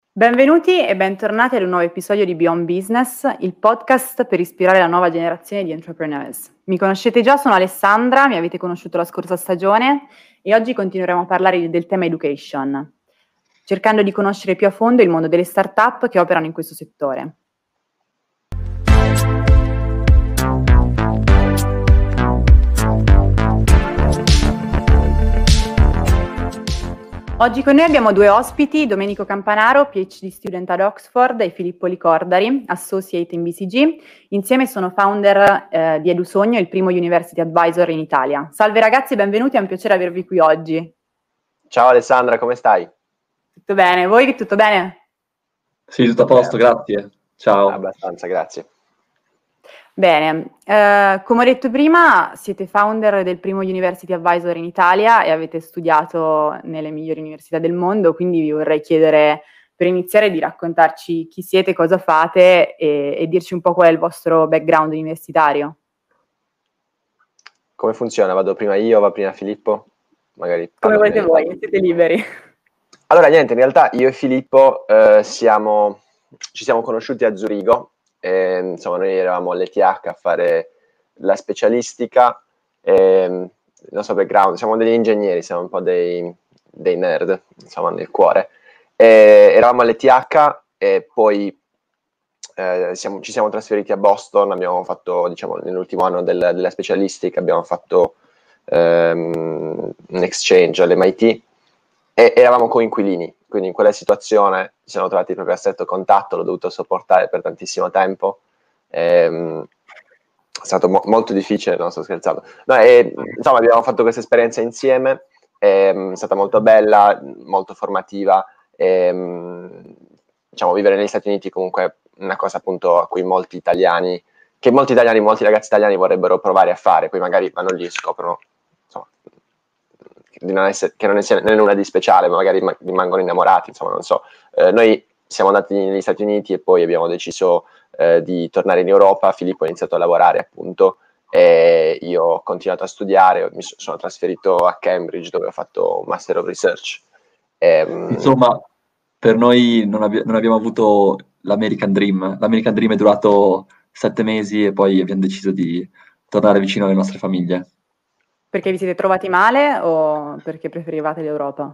Benvenuti e bentornati ad un nuovo episodio di Beyond Business, il podcast per ispirare la nuova generazione di entrepreneurs. Mi conoscete già, sono Alessandra, mi avete conosciuto la scorsa stagione e oggi continueremo a parlare del tema education, cercando di conoscere più a fondo il mondo delle start-up che operano in questo settore. Oggi con noi abbiamo due ospiti, Domenico Campanaro, PhD student ad Oxford, e Filippo Licordari, associate in BCG. Insieme sono founder di EduSogno, il primo university advisor in Italia. Salve ragazzi, benvenuti, è un piacere avervi qui oggi. Ciao Alessandra, come stai? Tutto bene, voi tutto bene? Sì, tutto a posto, grazie. Ciao. Abbastanza, grazie. Bene, come ho detto prima, siete founder del primo University Advisor in Italia e avete studiato nelle migliori università del mondo, quindi vi vorrei chiedere per iniziare di raccontarci chi siete, cosa fate e dirci un po' qual è il vostro background universitario. Come funziona? Vado prima io, va prima Filippo? Magari Come volete voi, siete liberi. Allora, niente, in realtà io e Filippo ci siamo conosciuti a Zurigo. Insomma, noi eravamo all'ETH a fare la specialistica, il nostro background, siamo degli ingegneri, siamo un po' dei nerd, insomma, nel cuore. Eravamo all'ETH e poi ci siamo trasferiti a Boston, abbiamo fatto, diciamo, nell'ultimo anno della specialistica, abbiamo fatto un exchange all'MIT e eravamo coinquilini, quindi in quella situazione ci siamo trovati proprio a stretto contatto, l'ho dovuto sopportare per tantissimo tempo, è stato molto difficile, non sto scherzando. No, insomma, abbiamo fatto questa esperienza insieme, è stata molto bella, molto formativa, diciamo, vivere negli Stati Uniti comunque una cosa appunto a cui molti ragazzi italiani vorrebbero provare a fare, poi magari vanno lì e scoprono, insomma, che non sia nulla di speciale, ma magari rimangono innamorati, insomma, non so. Noi siamo andati negli Stati Uniti e poi abbiamo deciso di tornare in Europa. Filippo ha iniziato a lavorare appunto e io ho continuato a studiare, mi sono trasferito a Cambridge dove ho fatto un Master of Research. Insomma, per noi non abbiamo avuto l'American Dream. L'American Dream è durato 7 mesi e poi abbiamo deciso di tornare vicino alle nostre famiglie. Perché vi siete trovati male o perché preferivate l'Europa?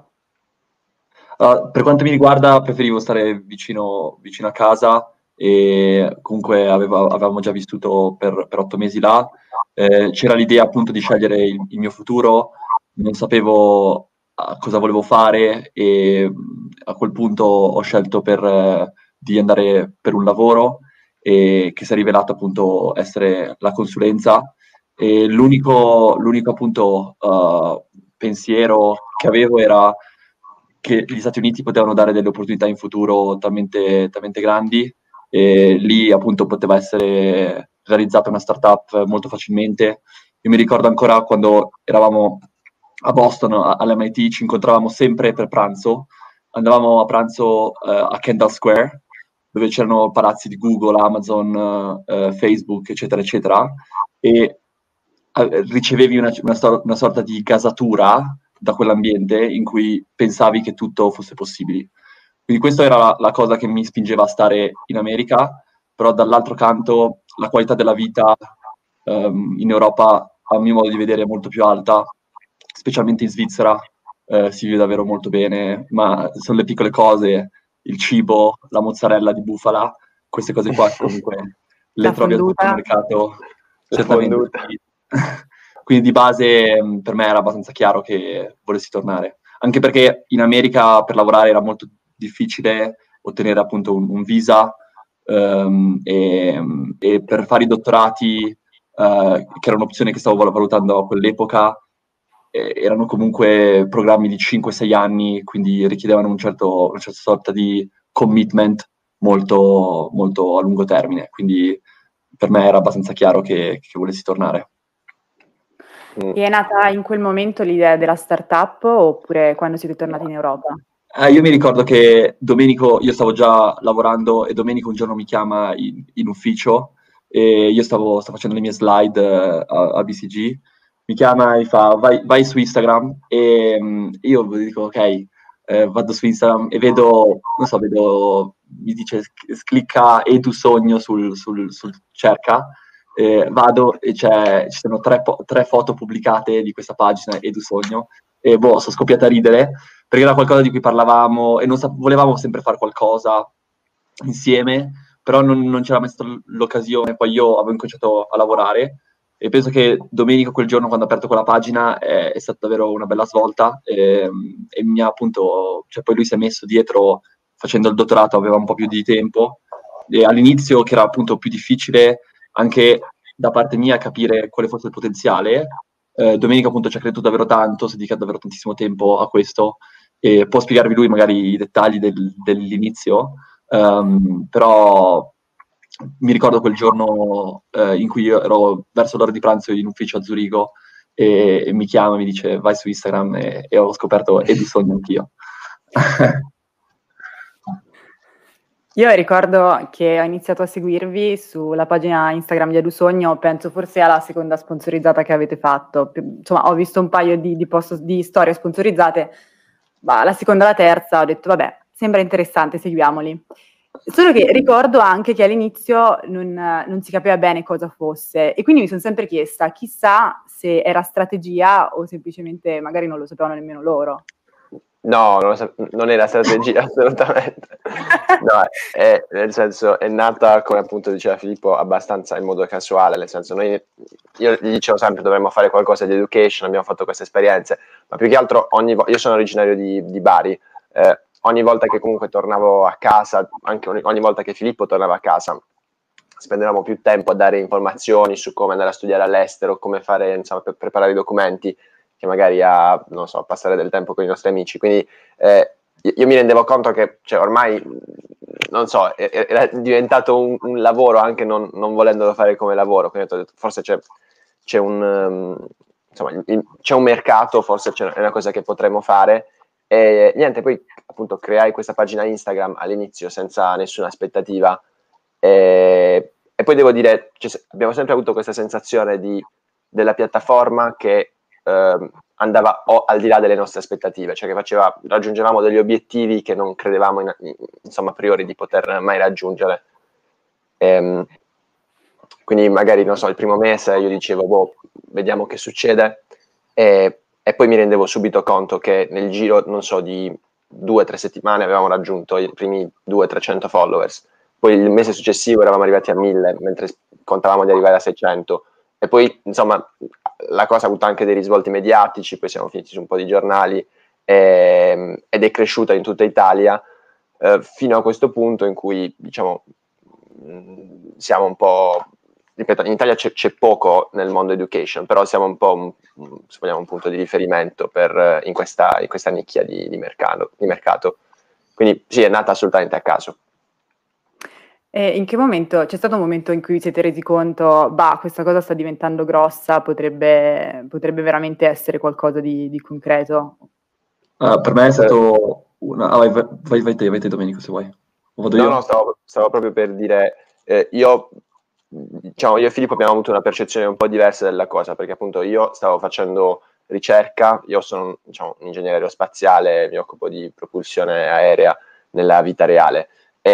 Per quanto mi riguarda, preferivo stare vicino a casa e comunque avevamo già vissuto per 8 mesi là. C'era l'idea appunto di scegliere il mio futuro, non sapevo cosa volevo fare e a quel punto ho scelto di andare per un lavoro che si è rivelato appunto essere la consulenza. E l'unico appunto pensiero che avevo era che gli Stati Uniti potevano dare delle opportunità in futuro talmente grandi e lì appunto poteva essere realizzata una startup molto facilmente. Io mi ricordo ancora quando eravamo a Boston all'MIT, ci incontravamo sempre per pranzo, andavamo a pranzo a Kendall Square, dove c'erano palazzi di Google, Amazon, Facebook, eccetera, eccetera, e ricevevi una sorta di gasatura da quell'ambiente in cui pensavi che tutto fosse possibile. Quindi questa era la cosa che mi spingeva a stare in America, però dall'altro canto la qualità della vita in Europa, a mio modo di vedere, è molto più alta, specialmente in Svizzera, si vive davvero molto bene, ma sono le piccole cose, il cibo, la mozzarella di bufala, queste cose qua comunque le trovi al supermercato, certamente. Quindi di base per me era abbastanza chiaro che volessi tornare, anche perché in America per lavorare era molto difficile ottenere appunto un visa e per fare i dottorati, che era un'opzione che stavo valutando a quell'epoca, erano comunque programmi di 5-6 anni, quindi richiedevano una certa sorta di commitment molto, molto a lungo termine, quindi per me era abbastanza chiaro che volessi tornare. E è nata in quel momento l'idea della startup oppure quando siete tornati in Europa? Io mi ricordo che Domenico, io stavo già lavorando e Domenico un giorno mi chiama in ufficio e io stavo facendo le mie slide a BCG, mi chiama e mi fa vai su Instagram e io dico ok, vado su Instagram e vedo, non so, mi dice clicca Edu Sogno sul cerca, vado e ci sono tre foto pubblicate di questa pagina Edu Sogno e sono scoppiata a ridere perché era qualcosa di cui parlavamo e volevamo sempre fare qualcosa insieme, però non c'era mai stata l'occasione. Poi io avevo incominciato a lavorare e penso che domenica, quel giorno, quando ho aperto quella pagina, è stata davvero una bella svolta e mi ha appunto, cioè poi lui si è messo dietro facendo il dottorato, aveva un po' più di tempo e all'inizio, che era appunto più difficile anche da parte mia capire quale fosse il potenziale, domenica appunto ci ha creduto davvero tanto, si è dedicato davvero tantissimo tempo a questo e può spiegarvi lui magari i dettagli dell'inizio, però mi ricordo quel giorno in cui io ero verso l'ora di pranzo in ufficio a Zurigo e mi chiama e mi dice vai su Instagram e ho scoperto Edu Sogno anch'io. Io ricordo che ho iniziato a seguirvi sulla pagina Instagram di Edu Sogno, penso forse alla seconda sponsorizzata che avete fatto. Insomma, ho visto un paio di post di storie sponsorizzate, ma la seconda e la terza ho detto vabbè, sembra interessante, seguiamoli. Solo che ricordo anche che all'inizio non si capiva bene cosa fosse e quindi mi sono sempre chiesta, chissà se era strategia o semplicemente magari non lo sapevano nemmeno loro. No, non era strategia assolutamente. No, nel senso è nata, come appunto diceva Filippo, abbastanza in modo casuale, nel senso io gli dicevo sempre dovremmo fare qualcosa di education, abbiamo fatto queste esperienze, ma più che altro io sono originario di Bari, ogni volta che comunque tornavo a casa, anche ogni volta che Filippo tornava a casa, spendevamo più tempo a dare informazioni su come andare a studiare all'estero, come fare, insomma, per preparare i documenti, che magari a passare del tempo con i nostri amici. Quindi io mi rendevo conto che ormai, non so, era diventato un lavoro anche non volendolo fare come lavoro. Quindi ho detto, forse c'è un mercato, forse è una cosa che potremmo fare. E niente, poi appunto creai questa pagina Instagram all'inizio senza nessuna aspettativa. E poi devo dire, abbiamo sempre avuto questa sensazione della piattaforma che andava al di là delle nostre aspettative, cioè che raggiungevamo degli obiettivi che non credevamo insomma a priori di poter mai raggiungere. Quindi magari, non so, il primo mese io dicevo, vediamo che succede, e poi mi rendevo subito conto che nel giro, non so, di 2 o 3 settimane avevamo raggiunto i primi 200-300 followers. Poi il mese successivo eravamo arrivati a 1000, mentre contavamo di arrivare a 600. E poi, insomma, la cosa ha avuto anche dei risvolti mediatici, poi siamo finiti su un po' di giornali ed è cresciuta in tutta Italia fino a questo punto in cui, diciamo, siamo un po', ripeto, in Italia c'è poco nel mondo education, però siamo un po', se vogliamo, un punto di riferimento in questa nicchia di mercato. Quindi sì, è nata assolutamente a caso. E in che momento, c'è stato un momento in cui vi siete resi conto, questa cosa sta diventando grossa, potrebbe veramente essere qualcosa di concreto? Per me è stato vai te Domenico se vuoi. O vado io? No, stavo proprio per dire, io e Filippo abbiamo avuto una percezione un po' diversa della cosa, perché appunto io stavo facendo ricerca, io sono un ingegnere aerospaziale, mi occupo di propulsione aerea nella vita reale.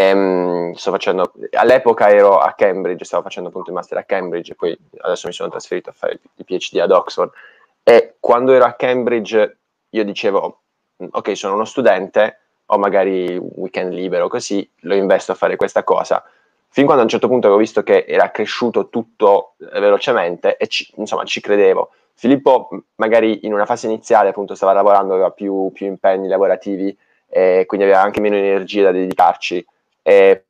All'epoca ero a Cambridge, stavo facendo appunto il master a Cambridge e poi adesso mi sono trasferito a fare il PhD ad Oxford, e quando ero a Cambridge io dicevo ok, sono uno studente, ho magari un weekend libero, così lo investo a fare questa cosa, fin quando a un certo punto avevo visto che era cresciuto tutto velocemente e ci credevo. Filippo magari in una fase iniziale appunto stava lavorando, aveva più impegni lavorativi e quindi aveva anche meno energie da dedicarci, e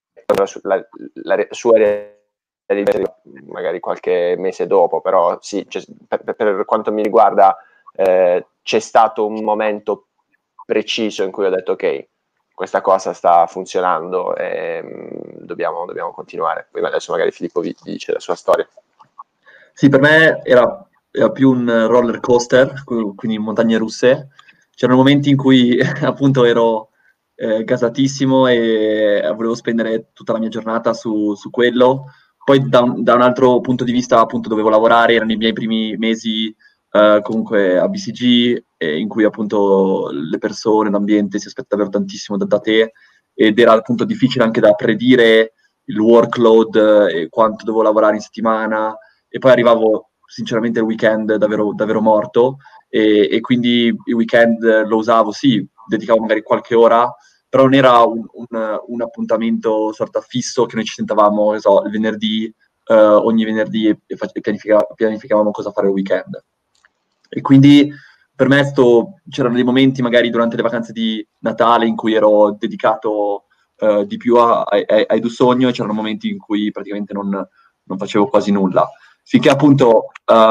la sua realizzazione magari qualche mese dopo, però sì, per quanto mi riguarda c'è stato un momento preciso in cui ho detto ok, questa cosa sta funzionando e dobbiamo continuare. Poi adesso magari Filippo vi dice la sua storia. Sì, per me era più un roller coaster, quindi montagne russe. C'erano momenti in cui appunto ero gasatissimo e volevo spendere tutta la mia giornata su quello. Poi da un altro punto di vista appunto dovevo lavorare, erano i miei primi mesi comunque a BCG, in cui appunto le persone, l'ambiente si aspetta davvero tantissimo da te, ed era appunto difficile anche da predire il workload e quanto dovevo lavorare in settimana, e poi arrivavo sinceramente il weekend davvero, davvero morto, e quindi il weekend lo usavo, sì, dedicavo magari qualche ora, però non era un appuntamento sorta fisso che noi ci sentavamo, non so, il venerdì, ogni venerdì, e pianificavamo cosa fare il weekend. E quindi per me c'erano dei momenti magari durante le vacanze di Natale in cui ero dedicato di più a Edu Sogno, e c'erano momenti in cui praticamente non facevo quasi nulla. Finché appunto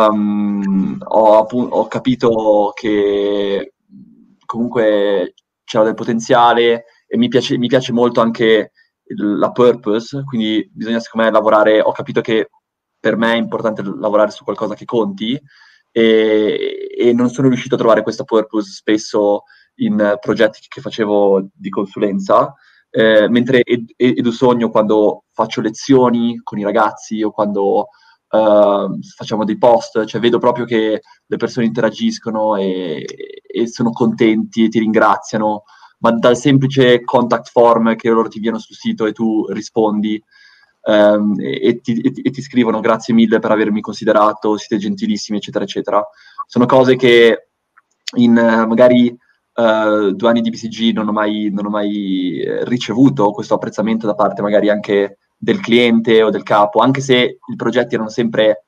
ho capito che comunque c'era del potenziale, e mi piace molto anche la purpose, quindi bisogna secondo me lavorare, ho capito che per me è importante lavorare su qualcosa che conti, e non sono riuscito a trovare questa purpose spesso in progetti che facevo di consulenza, mentre Edu Sogno, quando faccio lezioni con i ragazzi o quando facciamo dei post, cioè vedo proprio che le persone interagiscono e sono contenti e ti ringraziano, ma dal semplice contact form che loro ti inviano sul sito e tu rispondi, e ti scrivono grazie mille per avermi considerato, siete gentilissimi, eccetera, eccetera. Sono cose che in magari 2 anni di BCG non ho mai ricevuto questo apprezzamento da parte magari anche del cliente o del capo, anche se i progetti erano sempre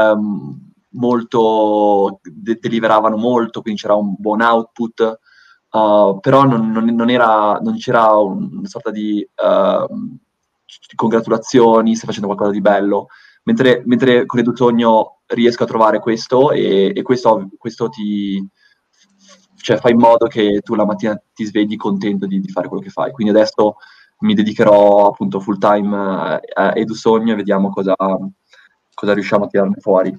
molto, deliveravano molto, quindi c'era un buon output, però non c'era una sorta di congratulazioni, stai facendo qualcosa di bello, mentre con Edu Sogno riesco a trovare questo, e questo cioè, fa in modo che tu la mattina ti svegli contento di fare quello che fai. Quindi adesso mi dedicherò appunto full time a Edu Sogno, e vediamo cosa riusciamo a tirarne fuori.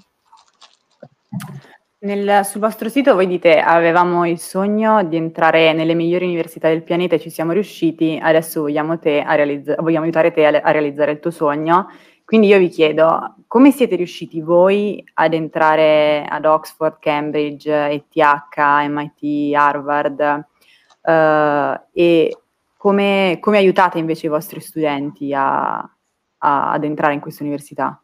Sul vostro sito voi dite: avevamo il sogno di entrare nelle migliori università del pianeta e ci siamo riusciti, adesso vogliamo aiutare te a realizzare il tuo sogno. Quindi io vi chiedo, come siete riusciti voi ad entrare ad Oxford, Cambridge, ETH, MIT, Harvard, e come aiutate invece i vostri studenti ad entrare in queste università?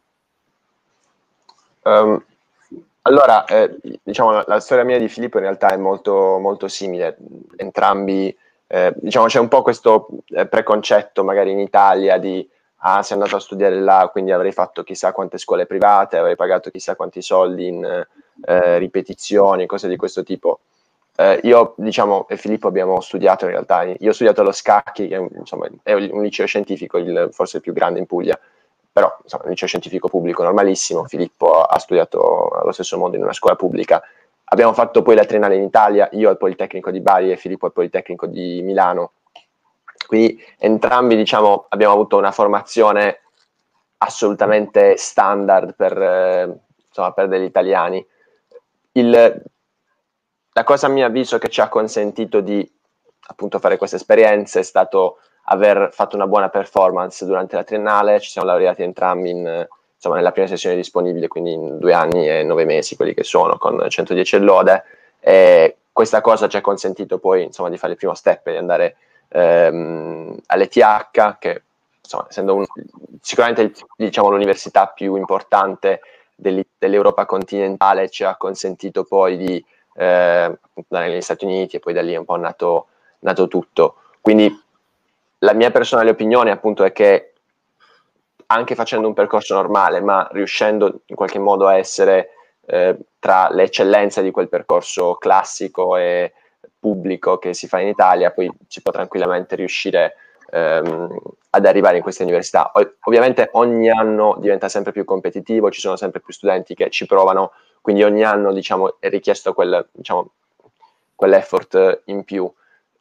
Allora, diciamo, la storia mia di Filippo in realtà è molto, molto simile. Entrambi, diciamo, c'è un po' questo preconcetto magari in Italia di sei andato a studiare là, quindi avrei fatto chissà quante scuole private, avrei pagato chissà quanti soldi in ripetizioni, cose di questo tipo. Io, diciamo, e Filippo abbiamo studiato in realtà, io ho studiato allo Scacchi, che è un liceo scientifico, forse il più grande in Puglia, però insomma, un liceo scientifico pubblico normalissimo. Filippo ha studiato allo stesso modo in una scuola pubblica. Abbiamo fatto poi la triennale in Italia, io al Politecnico di Bari e Filippo al Politecnico di Milano. Quindi entrambi, diciamo, abbiamo avuto una formazione assolutamente standard per degli italiani. La cosa a mio avviso che ci ha consentito di appunto fare queste esperienze è stato aver fatto una buona performance durante la triennale. Ci siamo laureati entrambi nella prima sessione disponibile, quindi in 2 anni e 9 mesi, quelli che sono, con 110 e lode, e questa cosa ci ha consentito poi insomma di fare il primo step, di andare all'ETH, che insomma, essendo sicuramente diciamo l'università più importante dell'Europa continentale, ci ha consentito poi di andare negli Stati Uniti, e poi da lì è un po' nato tutto. Quindi la mia personale opinione appunto è che anche facendo un percorso normale, ma riuscendo in qualche modo a essere tra le eccellenze di quel percorso classico e pubblico che si fa in Italia, poi si può tranquillamente riuscire ad arrivare in queste università. Ovviamente ogni anno diventa sempre più competitivo, ci sono sempre più studenti che ci provano, quindi ogni anno diciamo è richiesto quell'effort in più.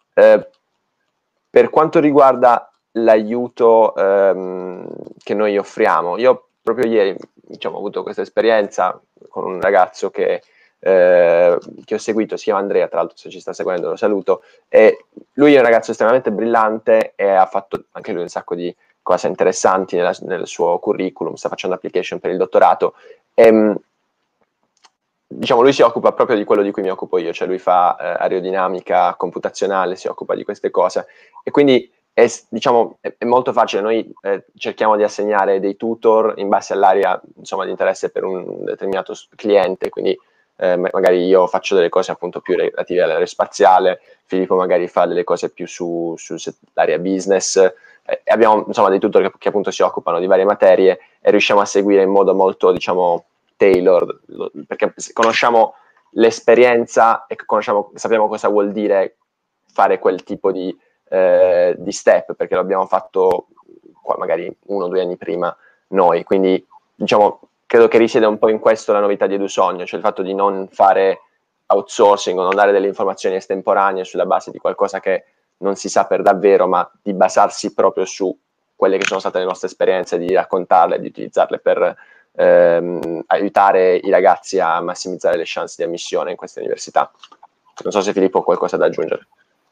Per quanto riguarda l'aiuto che noi offriamo, io proprio ieri ho avuto questa esperienza con un ragazzo che ho seguito, si chiama Andrea, tra l'altro se ci sta seguendo lo saluto, e lui è un ragazzo estremamente brillante e ha fatto anche lui un sacco di cose interessanti nel suo curriculum, sta facendo application per il dottorato, diciamo, lui si occupa proprio di quello di cui mi occupo io, cioè lui fa aerodinamica computazionale, si occupa di queste cose, e quindi diciamo, è molto facile. Noi cerchiamo di assegnare dei tutor in base all'area, insomma, di interesse per un determinato cliente, quindi magari io faccio delle cose appunto più relative all'aerospaziale, Filippo magari fa delle cose più sull'area business, abbiamo insomma dei tutor che appunto si occupano di varie materie e riusciamo a seguire in modo molto, diciamo, tailored, perché conosciamo l'esperienza e sappiamo cosa vuol dire fare quel tipo di step, perché l'abbiamo fatto magari 1 o 2 anni prima noi, quindi diciamo credo che risieda un po' in questo la novità di EduSogno, cioè il fatto di non fare outsourcing o non dare delle informazioni estemporanee sulla base di qualcosa che non si sa per davvero, ma di basarsi proprio su quelle che sono state le nostre esperienze, di raccontarle, di utilizzarle per aiutare i ragazzi a massimizzare le chance di ammissione in queste università. Non so se Filippo ha qualcosa da aggiungere.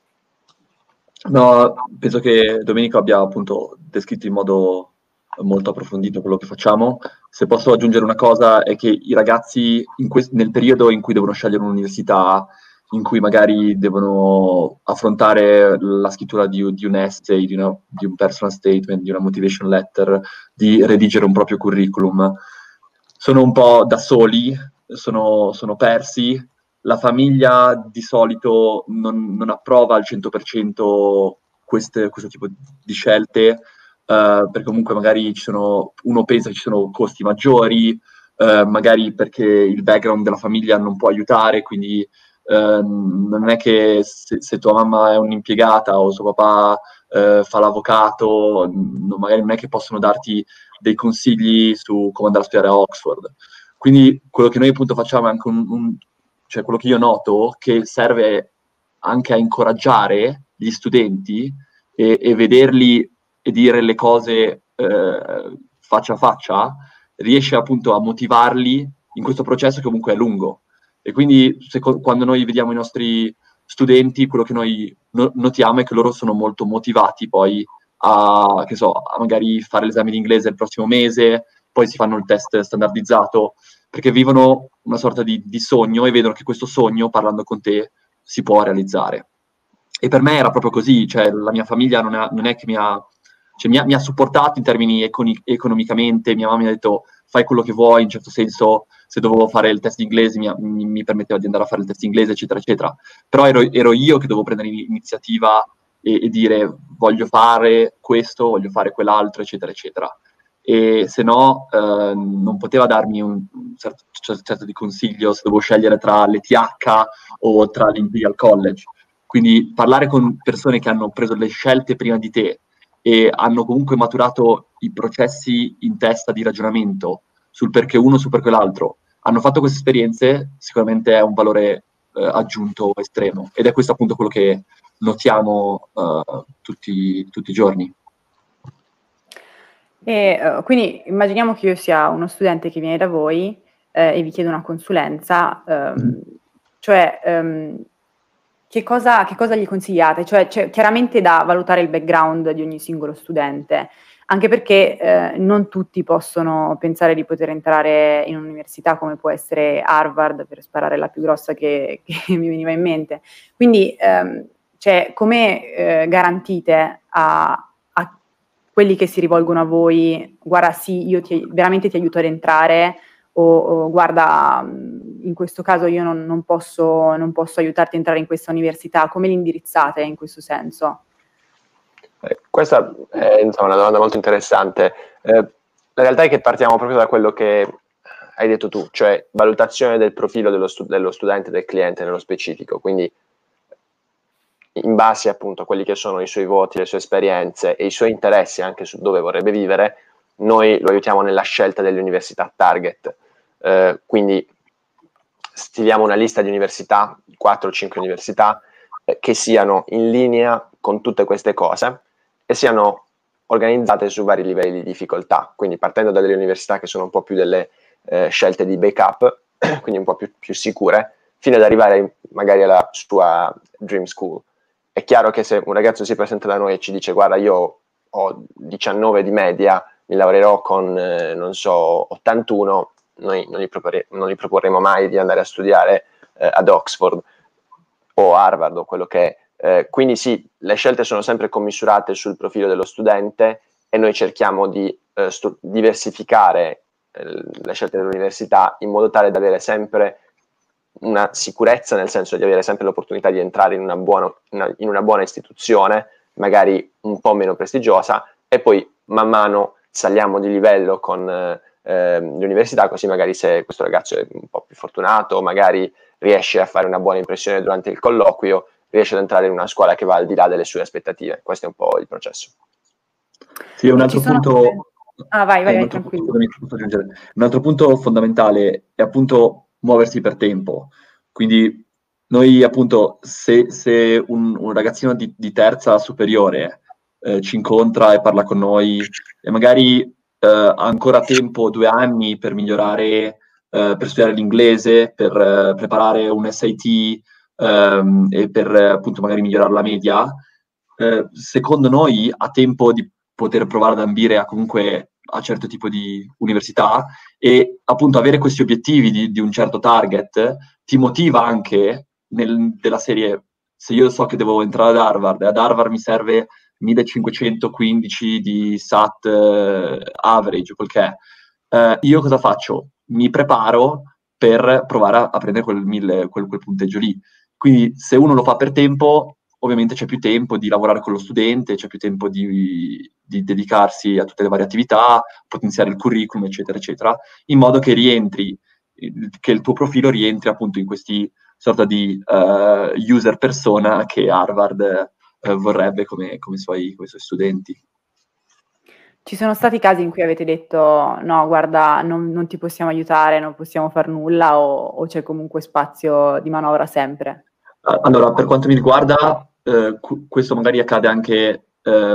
No, penso che Domenico abbia appunto descritto in modo molto approfondito quello che facciamo. Se posso aggiungere una cosa è che i ragazzi nel periodo in cui devono scegliere un'università, in cui magari devono affrontare la scrittura di un essay, di un personal statement, di una motivation letter, di redigere un proprio curriculum, sono un po' da soli, sono persi. La famiglia di solito non approva al 100% questo tipo di scelte, perché comunque magari uno pensa che ci sono costi maggiori, magari perché il background della famiglia non può aiutare, quindi non è che se tua mamma è un'impiegata o suo papà fa l'avvocato, magari non è che possono darti dei consigli su come andare a studiare a Oxford. Quindi quello che noi appunto facciamo è anche cioè quello che io noto, che serve anche a incoraggiare gli studenti e vederli e dire le cose faccia a faccia, riesce appunto a motivarli in questo processo che comunque è lungo. E quindi quando noi vediamo i nostri studenti, quello che noi notiamo è che loro sono molto motivati poi a magari fare l'esame di inglese il prossimo mese, poi si fanno il test standardizzato, perché vivono una sorta di sogno e vedono che questo sogno, parlando con te, si può realizzare. E per me era proprio così, cioè la mia famiglia non è che mi ha supportato in termini economicamente, mia mamma mi ha detto fai quello che vuoi, in certo senso se dovevo fare il test inglese mi permetteva di andare a fare il test inglese, eccetera, eccetera. Però ero io che dovevo prendere l'iniziativa e dire voglio fare questo, voglio fare quell'altro, eccetera, eccetera. E se no non poteva darmi un certo di consiglio se dovevo scegliere tra l'ETH o tra l'Imperial College. Quindi parlare con persone che hanno preso le scelte prima di te e hanno comunque maturato i processi in testa di ragionamento sul perché uno, sul perché l'altro, hanno fatto queste esperienze, sicuramente è un valore aggiunto estremo. Ed è questo appunto quello che notiamo tutti i giorni. E quindi immaginiamo che io sia uno studente che viene da voi e vi chiede una consulenza, che cosa gli consigliate? Cioè, c'è chiaramente da valutare il background di ogni singolo studente, anche perché non tutti possono pensare di poter entrare in un'università come può essere Harvard, per sparare la più grossa che mi veniva in mente. Quindi, come garantite a quelli che si rivolgono a voi, guarda sì, io veramente ti aiuto ad entrare, o guarda, in questo caso io non posso aiutarti a entrare in questa università, come li indirizzate in questo senso? Questa è insomma, una domanda molto interessante. La realtà è che partiamo proprio da quello che hai detto tu, cioè valutazione del profilo dello studente, del cliente nello specifico, quindi in base appunto a quelli che sono i suoi voti, le sue esperienze e i suoi interessi anche su dove vorrebbe vivere, noi lo aiutiamo nella scelta delle università target. Quindi stiliamo una lista di università, 4 o 5 università, che siano in linea con tutte queste cose e siano organizzate su vari livelli di difficoltà, quindi partendo dalle università che sono un po' più delle scelte di backup, quindi un po' più sicure, fino ad arrivare magari alla sua dream school. È chiaro che se un ragazzo si presenta da noi e ci dice guarda io ho 19 di media, mi laureerò con, non so, 81, noi non gli proporremo mai di andare a studiare ad Oxford o Harvard o quello che è. Quindi sì, le scelte sono sempre commisurate sul profilo dello studente e noi cerchiamo di diversificare le scelte dell'università in modo tale da avere sempre una sicurezza, nel senso di avere sempre l'opportunità di entrare in una buona istituzione, magari un po' meno prestigiosa, e poi man mano saliamo di livello con l'università, così magari se questo ragazzo è un po' più fortunato, magari riesce a fare una buona impressione durante il colloquio, riesce ad entrare in una scuola che va al di là delle sue aspettative. Questo è un po' il processo. Sì, un altro punto... vai, tranquillo. Un altro punto fondamentale è appunto muoversi per tempo. Quindi noi appunto, se un ragazzino di terza superiore ci incontra e parla con noi e magari ha ancora tempo, 2 anni per migliorare, per studiare l'inglese, per preparare un SAT e per appunto magari migliorare la media, secondo noi ha tempo di poter provare ad ambire a certo tipo di università, e appunto avere questi obiettivi di un certo target ti motiva anche della serie: se io so che devo entrare ad Harvard mi serve 1515 di SAT average, quel che è. Io cosa faccio? Mi preparo per provare a prendere quel punteggio lì. Quindi se uno lo fa per tempo, ovviamente c'è più tempo di lavorare con lo studente, c'è più tempo di dedicarsi a tutte le varie attività, potenziare il curriculum, eccetera, eccetera, in modo che che il tuo profilo rientri appunto in questi sorta di user persona che Harvard vorrebbe come suoi studenti. Ci sono stati casi in cui avete detto no, guarda, non ti possiamo aiutare, non possiamo far nulla, o c'è comunque spazio di manovra sempre? Allora, per quanto mi riguarda, questo magari accade anche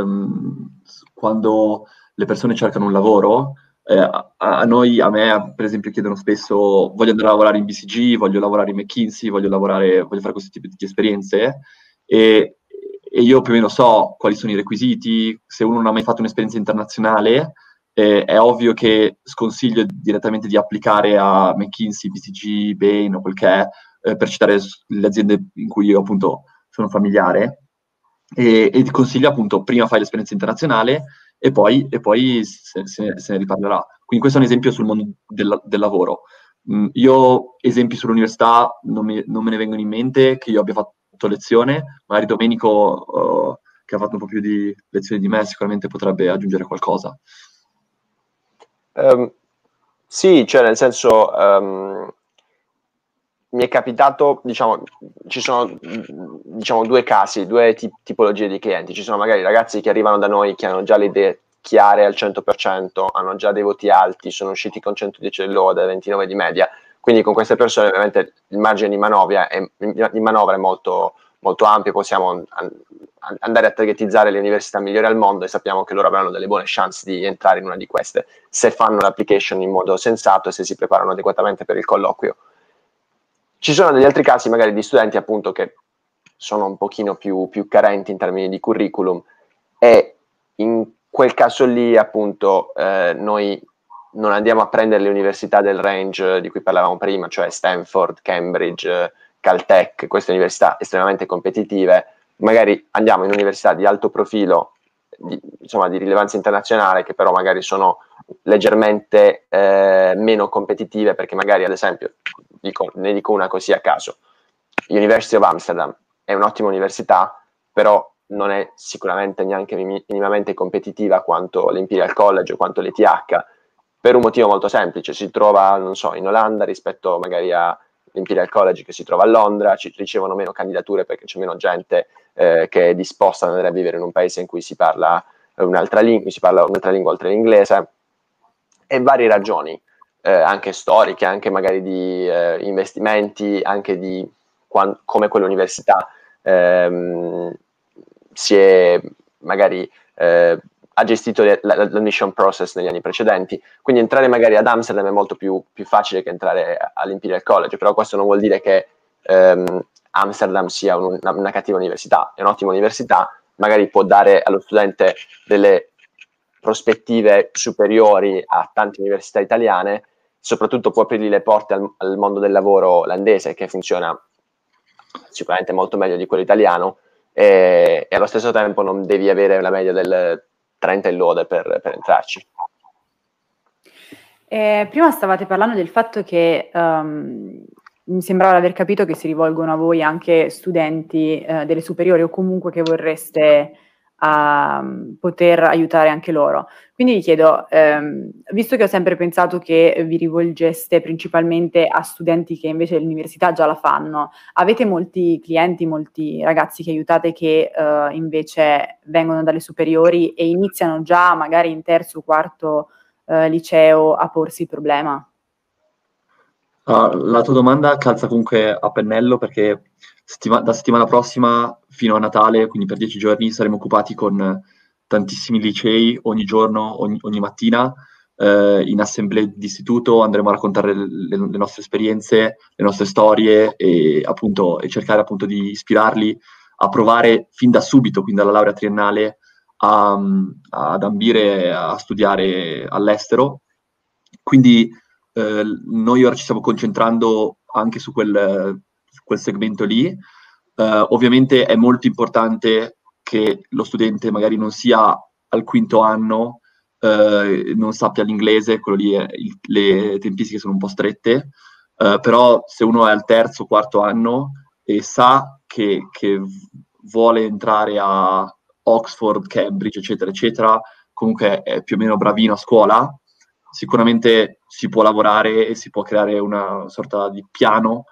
quando le persone cercano un lavoro. A me, per esempio, chiedono spesso: voglio andare a lavorare in BCG, voglio lavorare in McKinsey, voglio fare questo tipo di esperienze, e io più o meno so quali sono i requisiti. Se uno non ha mai fatto un'esperienza internazionale, è ovvio che sconsiglio direttamente di applicare a McKinsey, BCG, Bain o quel che è, per citare le aziende in cui io appunto sono familiare, e ti consiglio appunto: prima fai l'esperienza internazionale e poi se ne riparlerà. Quindi questo è un esempio sul mondo del lavoro. Io esempi sull'università non me ne vengono in mente che io abbia fatto lezione. Magari Domenico, che ha fatto un po' più di lezioni di me, sicuramente potrebbe aggiungere qualcosa. Sì, cioè nel senso, mi è capitato, diciamo, ci sono due casi, due tipologie di clienti. Ci sono magari ragazzi che arrivano da noi che hanno già le idee chiare al 100%, hanno già dei voti alti, sono usciti con 110 di lode, 29 di media, quindi con queste persone ovviamente il margine di manovra è molto, molto ampio. Possiamo andare a targetizzare le università migliori al mondo e sappiamo che loro avranno delle buone chance di entrare in una di queste, se fanno l'application in modo sensato e se si preparano adeguatamente per il colloquio. Ci sono degli altri casi magari di studenti appunto che sono un pochino più carenti in termini di curriculum, e in quel caso lì appunto noi non andiamo a prendere le università del range di cui parlavamo prima, cioè Stanford, Cambridge, Caltech, queste università estremamente competitive. Magari andiamo in università di alto profilo, di rilevanza internazionale, che però magari sono leggermente meno competitive, perché magari, ad esempio, ne dico una così a caso: University of Amsterdam è un'ottima università, però non è sicuramente neanche minimamente competitiva quanto l'Imperial College o quanto l'ETH, per un motivo molto semplice: si trova, non so, in Olanda rispetto magari all'Imperial College che si trova a Londra, ci ricevono meno candidature perché c'è meno gente che è disposta ad andare a vivere in un paese in cui si parla un'altra lingua oltre l'inglese, e varie ragioni, anche storiche, anche magari di investimenti, anche di come quell'università si è magari ha gestito l'admission process negli anni precedenti. Quindi entrare magari ad Amsterdam è molto più facile che entrare all'Imperial College, però questo non vuol dire che Amsterdam sia una cattiva università. È un'ottima università, magari può dare allo studente delle prospettive superiori a tante università italiane, soprattutto può aprirgli le porte al mondo del lavoro olandese, che funziona sicuramente molto meglio di quello italiano, e allo stesso tempo non devi avere la media del 30 in lode per entrarci. Prima stavate parlando del fatto che mi sembrava aver capito che si rivolgono a voi anche studenti delle superiori, o comunque che vorreste poter aiutare anche loro. Quindi vi chiedo, visto che ho sempre pensato che vi rivolgeste principalmente a studenti che invece l'università già la fanno, avete molti clienti, molti ragazzi che aiutate che invece vengono dalle superiori e iniziano già magari in terzo o quarto liceo a porsi il problema? La tua domanda calza comunque a pennello, perché da settimana prossima fino a Natale, quindi per 10 giorni, saremo occupati con tantissimi licei ogni giorno, ogni mattina, in assemblee d'istituto andremo a raccontare le nostre esperienze, le nostre storie e cercare appunto di ispirarli a provare fin da subito, quindi dalla laurea triennale, ad ambire a studiare all'estero. Quindi noi ora ci stiamo concentrando anche su quel segmento lì. Ovviamente è molto importante che lo studente magari non sia al quinto anno, non sappia l'inglese, quello lì le tempistiche sono un po' strette, però se uno è al terzo, quarto anno e sa che vuole entrare a Oxford, Cambridge, eccetera, eccetera, comunque è più o meno bravino a scuola, sicuramente si può lavorare e si può creare una sorta di piano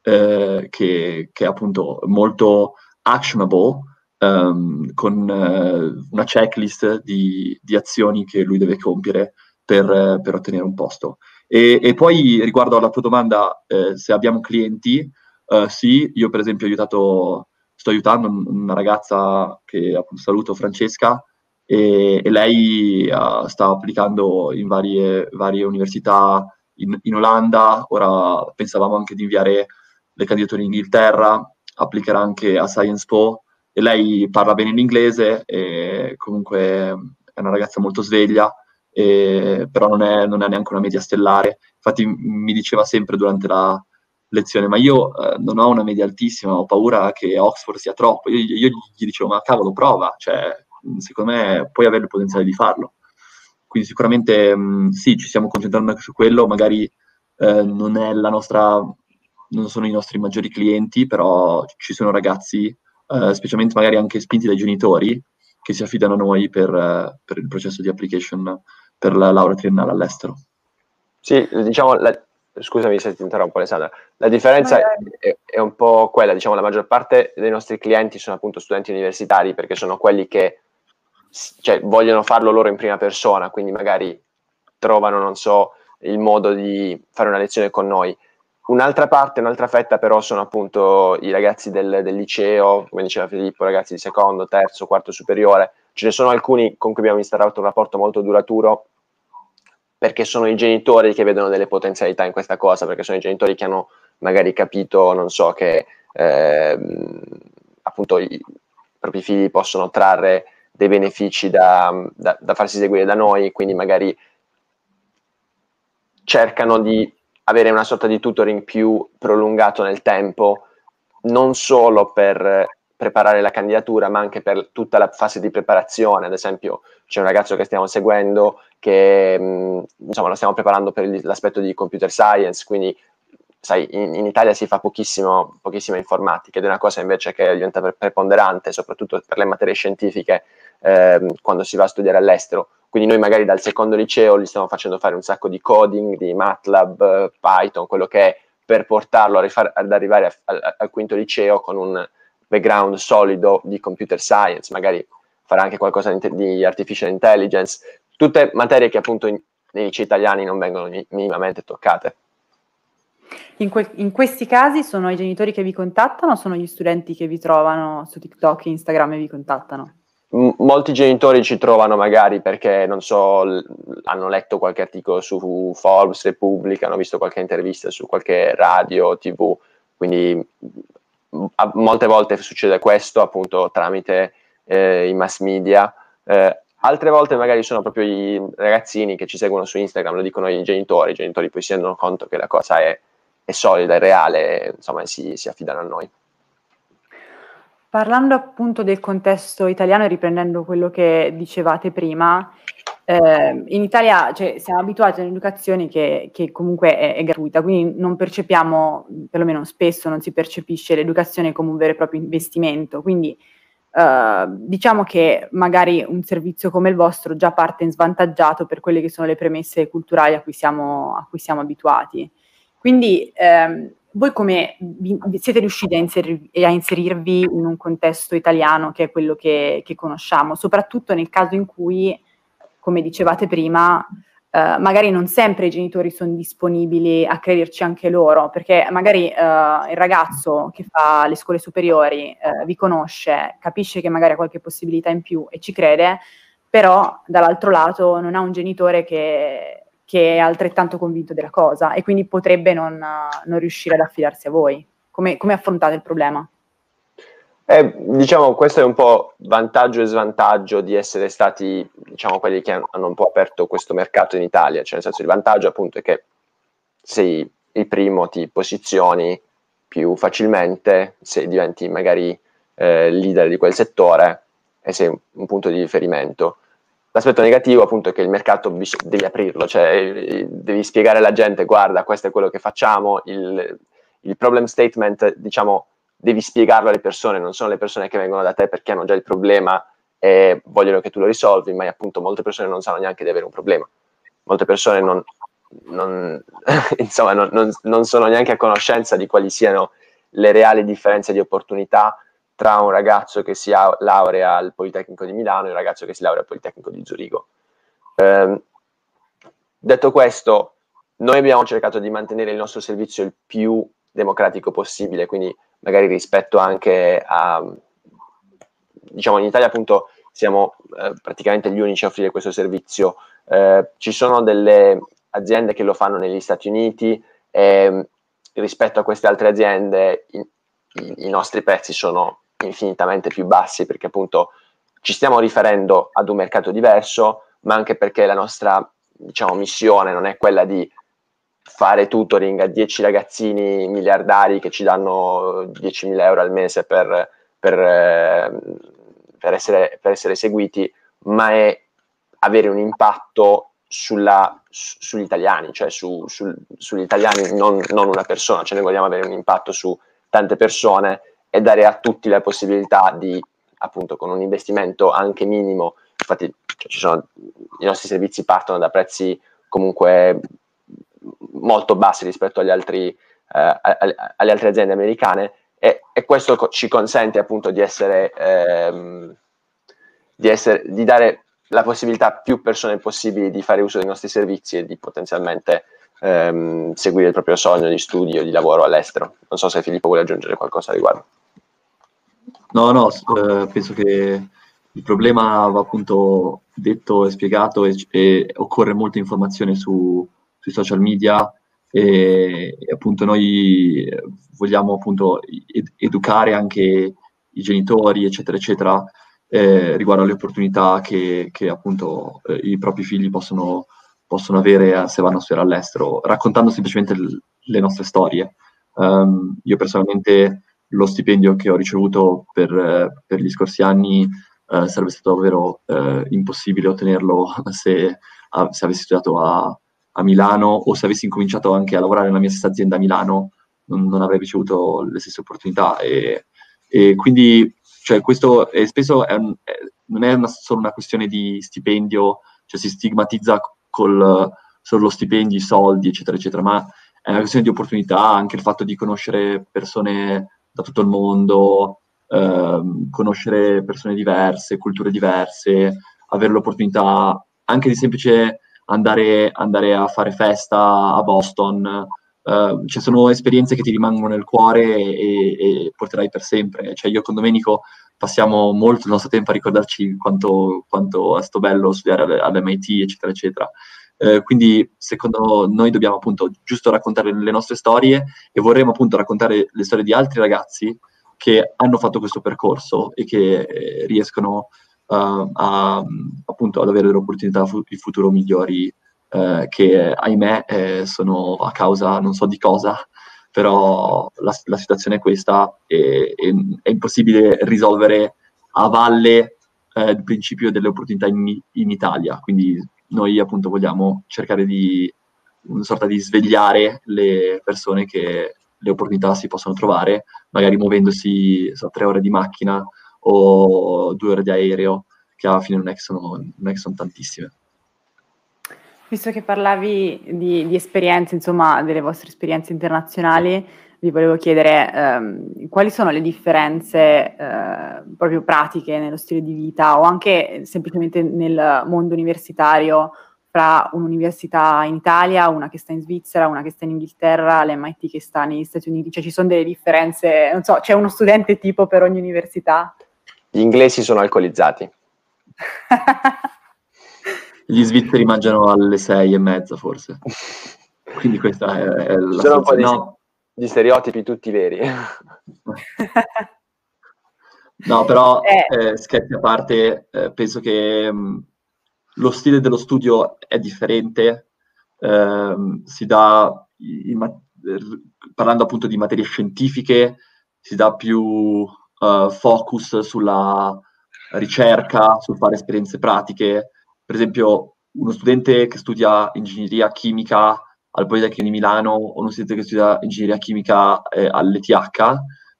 che è appunto molto actionable, con una checklist di azioni che lui deve compiere per ottenere un posto. E poi riguardo alla tua domanda, se abbiamo clienti, sì, io per esempio sto aiutando una ragazza che appunto saluto, Francesca, e lei sta applicando in varie università in Olanda. Ora pensavamo anche di inviare le candidature in Inghilterra, applicherà anche a Sciences Po, e lei parla bene l'inglese e comunque è una ragazza molto sveglia, però non è neanche una media stellare. Infatti mi diceva sempre durante la lezione: ma io non ho una media altissima, ho paura che Oxford sia troppo. Io gli dicevo: ma cavolo, prova, cioè secondo me puoi avere il potenziale di farlo. Quindi sicuramente sì, ci stiamo concentrando anche su quello, magari non sono i nostri maggiori clienti, però ci sono ragazzi, specialmente magari anche spinti dai genitori, che si affidano a noi per il processo di application per la laurea triennale all'estero. Sì, diciamo, scusami se ti interrompo Alessandra, la differenza è un po' quella, diciamo, la maggior parte dei nostri clienti sono appunto studenti universitari, perché sono quelli che vogliono farlo loro in prima persona, quindi magari trovano, non so, il modo di fare una lezione con noi. Un'altra fetta però sono appunto i ragazzi del liceo, come diceva Filippo, ragazzi di secondo, terzo, quarto superiore. Ce ne sono alcuni con cui abbiamo instaurato un rapporto molto duraturo, perché sono i genitori che vedono delle potenzialità in questa cosa, perché sono i genitori che hanno magari capito, non so, che appunto i propri figli possono trarre dei benefici da farsi seguire da noi, quindi magari cercano di avere una sorta di tutoring più prolungato nel tempo, non solo per preparare la candidatura, ma anche per tutta la fase di preparazione. Ad esempio, c'è un ragazzo che stiamo seguendo che insomma lo stiamo preparando per l'aspetto di computer science, quindi sai, in Italia si fa pochissima informatica, ed è una cosa invece che diventa preponderante, soprattutto per le materie scientifiche, quando si va a studiare all'estero. Quindi noi magari dal secondo liceo gli stiamo facendo fare un sacco di coding, di MATLAB, Python, quello che è, per portarlo ad arrivare al quinto liceo con un background solido di computer science, magari farà anche qualcosa di artificial intelligence, tutte materie che appunto nei licei italiani non vengono minimamente toccate. In questi casi sono i genitori che vi contattano o sono gli studenti che vi trovano su TikTok e Instagram e vi contattano? Molti genitori ci trovano magari perché, non so, hanno letto qualche articolo su Forbes, Repubblica, hanno visto qualche intervista su qualche radio, TV, quindi molte volte succede questo appunto tramite i mass media. Altre volte magari sono proprio i ragazzini che ci seguono su Instagram, lo dicono i genitori poi si rendono conto che la cosa è solida, è reale, insomma, e si affidano a noi. Parlando appunto del contesto italiano e riprendendo quello che dicevate prima, in Italia, cioè, siamo abituati a un'educazione che comunque è gratuita, quindi non percepiamo, perlomeno spesso non si percepisce l'educazione come un vero e proprio investimento, quindi diciamo che magari un servizio come il vostro già parte in svantaggiato per quelle che sono le premesse culturali a cui siamo abituati. Quindi voi come siete riusciti a inserirvi in un contesto italiano che è quello che conosciamo, soprattutto nel caso in cui, come dicevate prima, magari non sempre i genitori sono disponibili a crederci anche loro, perché magari il ragazzo che fa le scuole superiori vi conosce, capisce che magari ha qualche possibilità in più e ci crede, però dall'altro lato non ha un genitore che è altrettanto convinto della cosa e quindi potrebbe non riuscire ad affidarsi a voi. Come affrontate il problema? Diciamo, questo è un po' vantaggio e svantaggio di essere stati, diciamo, quelli che hanno un po' aperto questo mercato in Italia, cioè nel senso il vantaggio appunto è che sei il primo, ti posizioni più facilmente, se diventi magari leader di quel settore e sei un punto di riferimento. L'aspetto negativo appunto è che il mercato devi aprirlo, cioè devi spiegare alla gente guarda questo è quello che facciamo, il problem statement diciamo devi spiegarlo alle persone, non sono le persone che vengono da te perché hanno già il problema e vogliono che tu lo risolvi, ma appunto molte persone non sanno neanche di avere un problema, molte persone insomma, non sono neanche a conoscenza di quali siano le reali differenze di opportunità tra un ragazzo che si laurea al Politecnico di Milano e un ragazzo che si laurea al Politecnico di Zurigo. Detto questo, noi abbiamo cercato di mantenere il nostro servizio il più democratico possibile, quindi magari rispetto anche a, diciamo in Italia appunto siamo praticamente gli unici a offrire questo servizio, ci sono delle aziende che lo fanno negli Stati Uniti e rispetto a queste altre aziende i nostri prezzi sono infinitamente più bassi perché appunto ci stiamo riferendo ad un mercato diverso, ma anche perché la nostra, diciamo, missione non è quella di fare tutoring a 10 ragazzini miliardari che ci danno 10.000 euro al mese per essere seguiti, ma è avere un impatto sugli italiani, cioè sugli italiani, non una persona, cioè noi vogliamo avere un impatto su tante persone e dare a tutti la possibilità di, appunto, con un investimento anche minimo, infatti cioè, i nostri servizi partono da prezzi comunque molto bassi rispetto alle altre aziende americane e questo ci consente appunto di dare la possibilità a più persone possibili di fare uso dei nostri servizi e di potenzialmente seguire il proprio sogno di studio, di lavoro all'estero. Non so se Filippo vuole aggiungere qualcosa a riguardo. No, penso che il problema va appunto detto e spiegato e occorre molta informazione sui social media e appunto noi vogliamo appunto educare anche i genitori eccetera eccetera riguardo alle opportunità che appunto i propri figli possono avere se vanno a studiare all'estero, raccontando semplicemente le nostre storie. Io personalmente lo stipendio che ho ricevuto per gli scorsi anni sarebbe stato davvero impossibile ottenerlo se avessi studiato a Milano o se avessi incominciato anche a lavorare nella mia stessa azienda a Milano, non avrei ricevuto le stesse opportunità e quindi cioè, questo spesso non è solo una questione di stipendio, cioè si stigmatizza solo lo stipendio, i soldi, eccetera, eccetera, ma è una questione di opportunità, anche il fatto di conoscere persone da tutto il mondo, conoscere persone diverse, culture diverse, avere l'opportunità anche di semplice andare a fare festa a Boston. Cioè sono esperienze che ti rimangono nel cuore e porterai per sempre. Cioè io con Domenico passiamo molto il nostro tempo a ricordarci quanto è stato bello studiare all'MIT, eccetera, eccetera. Quindi secondo noi dobbiamo appunto giusto raccontare le nostre storie e vorremmo appunto raccontare le storie di altri ragazzi che hanno fatto questo percorso e che riescono appunto ad avere delle opportunità di futuro migliori, che ahimè sono a causa non so di cosa, però la situazione è questa e è impossibile risolvere a valle il principio delle opportunità in Italia, quindi noi appunto vogliamo cercare di una sorta di svegliare le persone che le opportunità si possono trovare, magari muovendosi 3 ore di macchina o 2 ore di aereo, che alla fine non è che sono tantissime. Visto che parlavi di esperienze, insomma, delle vostre esperienze internazionali, vi volevo chiedere quali sono le differenze proprio pratiche nello stile di vita o anche semplicemente nel mondo universitario fra un'università in Italia, una che sta in Svizzera, una che sta in Inghilterra, l'MIT che sta negli Stati Uniti. Cioè ci sono delle differenze, non so, c'è uno studente tipo per ogni università? Gli inglesi sono alcolizzati. Gli svizzeri mangiano alle 6:30 forse. Quindi questa è la Sono un po' no. di stereotipi tutti veri. No, però scherzi a parte, penso che lo stile dello studio è differente, si dà, parlando appunto di materie scientifiche, si dà più focus sulla ricerca, sul fare esperienze pratiche. Per esempio, uno studente che studia ingegneria chimica al Politecnico di Milano o uno studente che studia ingegneria chimica all'ETH,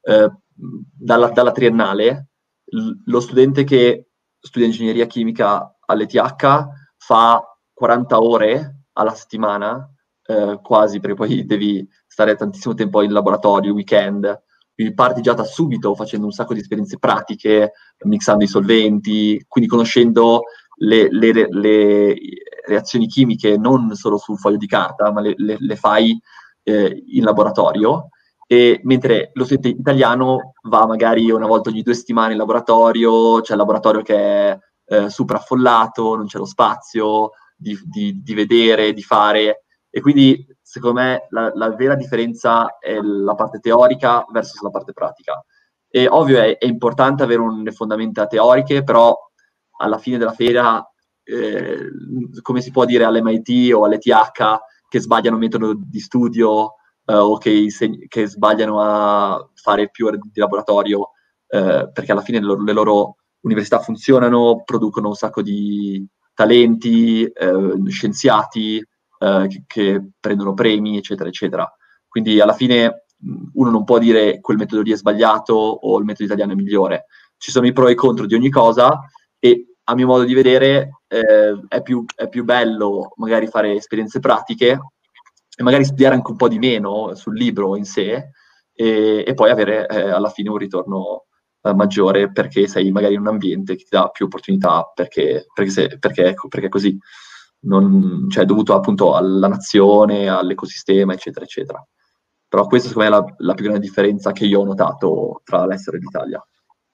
dalla triennale, lo studente che studia ingegneria chimica all'ETH fa 40 ore alla settimana, quasi, perché poi devi stare tantissimo tempo in laboratorio, weekend, quindi parti già da subito facendo un sacco di esperienze pratiche, mixando i solventi, quindi conoscendo le reazioni chimiche non solo sul foglio di carta, ma le fai in laboratorio. E mentre lo studente italiano va magari una volta ogni 2 settimane in laboratorio, c'è il laboratorio che è super affollato, non c'è lo spazio di vedere, di fare, e quindi secondo me la vera differenza è la parte teorica versus la parte pratica. E ovvio è importante avere le fondamenta teoriche, però alla fine della fiera, come si può dire all'MIT o all'ETH che sbagliano metodo di studio, o che sbagliano a fare più ore di laboratorio, perché alla fine le loro università funzionano, producono un sacco di talenti, scienziati che prendono premi, eccetera, eccetera. Quindi alla fine uno non può dire quel metodo lì è sbagliato o il metodo italiano è migliore. Ci sono i pro e i contro di ogni cosa e a mio modo di vedere è più bello magari fare esperienze pratiche e magari studiare anche un po' di meno sul libro in sé e poi avere alla fine un ritorno maggiore perché sei magari in un ambiente che ti dà più opportunità perché è così, cioè dovuto appunto alla nazione, all'ecosistema, eccetera, eccetera. Però questa secondo me è la più grande differenza che io ho notato tra l'estero e l'Italia.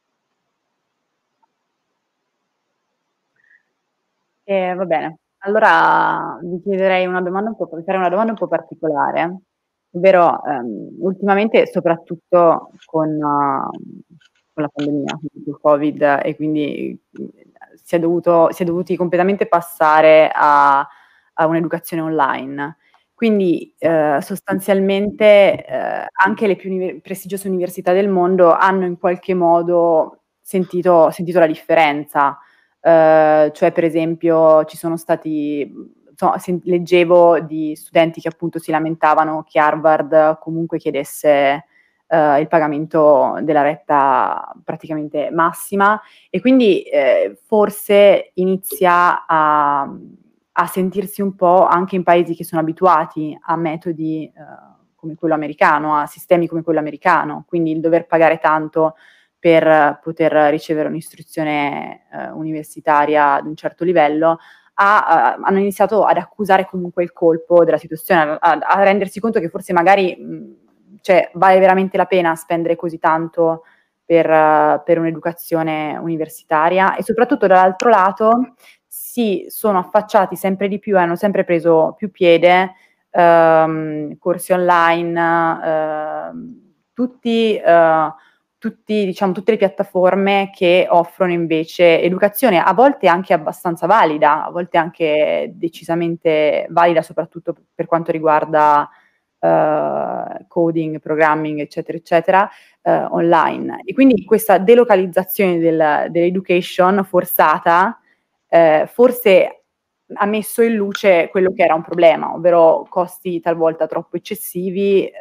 Va bene, allora vi chiederei vi farei una domanda un po' particolare, ovvero ultimamente soprattutto con la pandemia, quindi col Covid, e quindi si è dovuti completamente passare a un'educazione online. Quindi sostanzialmente anche le più prestigiose università del mondo hanno in qualche modo sentito la differenza. Cioè per esempio ci sono stati, insomma, leggevo di studenti che appunto si lamentavano che Harvard comunque chiedesse il pagamento della retta praticamente massima e quindi forse inizia a sentirsi un po' anche in paesi che sono abituati a metodi come quello americano, a sistemi come quello americano, quindi il dover pagare tanto per poter ricevere un'istruzione universitaria ad un certo livello, hanno iniziato ad accusare comunque il colpo della situazione, a rendersi conto che forse magari cioè, vale veramente la pena spendere così tanto per un'educazione universitaria e soprattutto dall'altro lato si sono affacciati sempre di più, hanno sempre preso più piede corsi online, tutti tutte le piattaforme che offrono invece educazione, a volte anche abbastanza valida, a volte anche decisamente valida, soprattutto per quanto riguarda coding, programming, eccetera, eccetera, online. E quindi questa delocalizzazione dell'education forzata forse ha messo in luce quello che era un problema, ovvero costi talvolta troppo eccessivi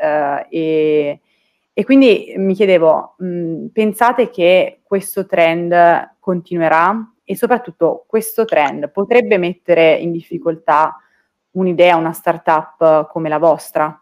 e quindi mi chiedevo, pensate che questo trend continuerà e soprattutto questo trend potrebbe mettere in difficoltà un'idea, una startup come la vostra?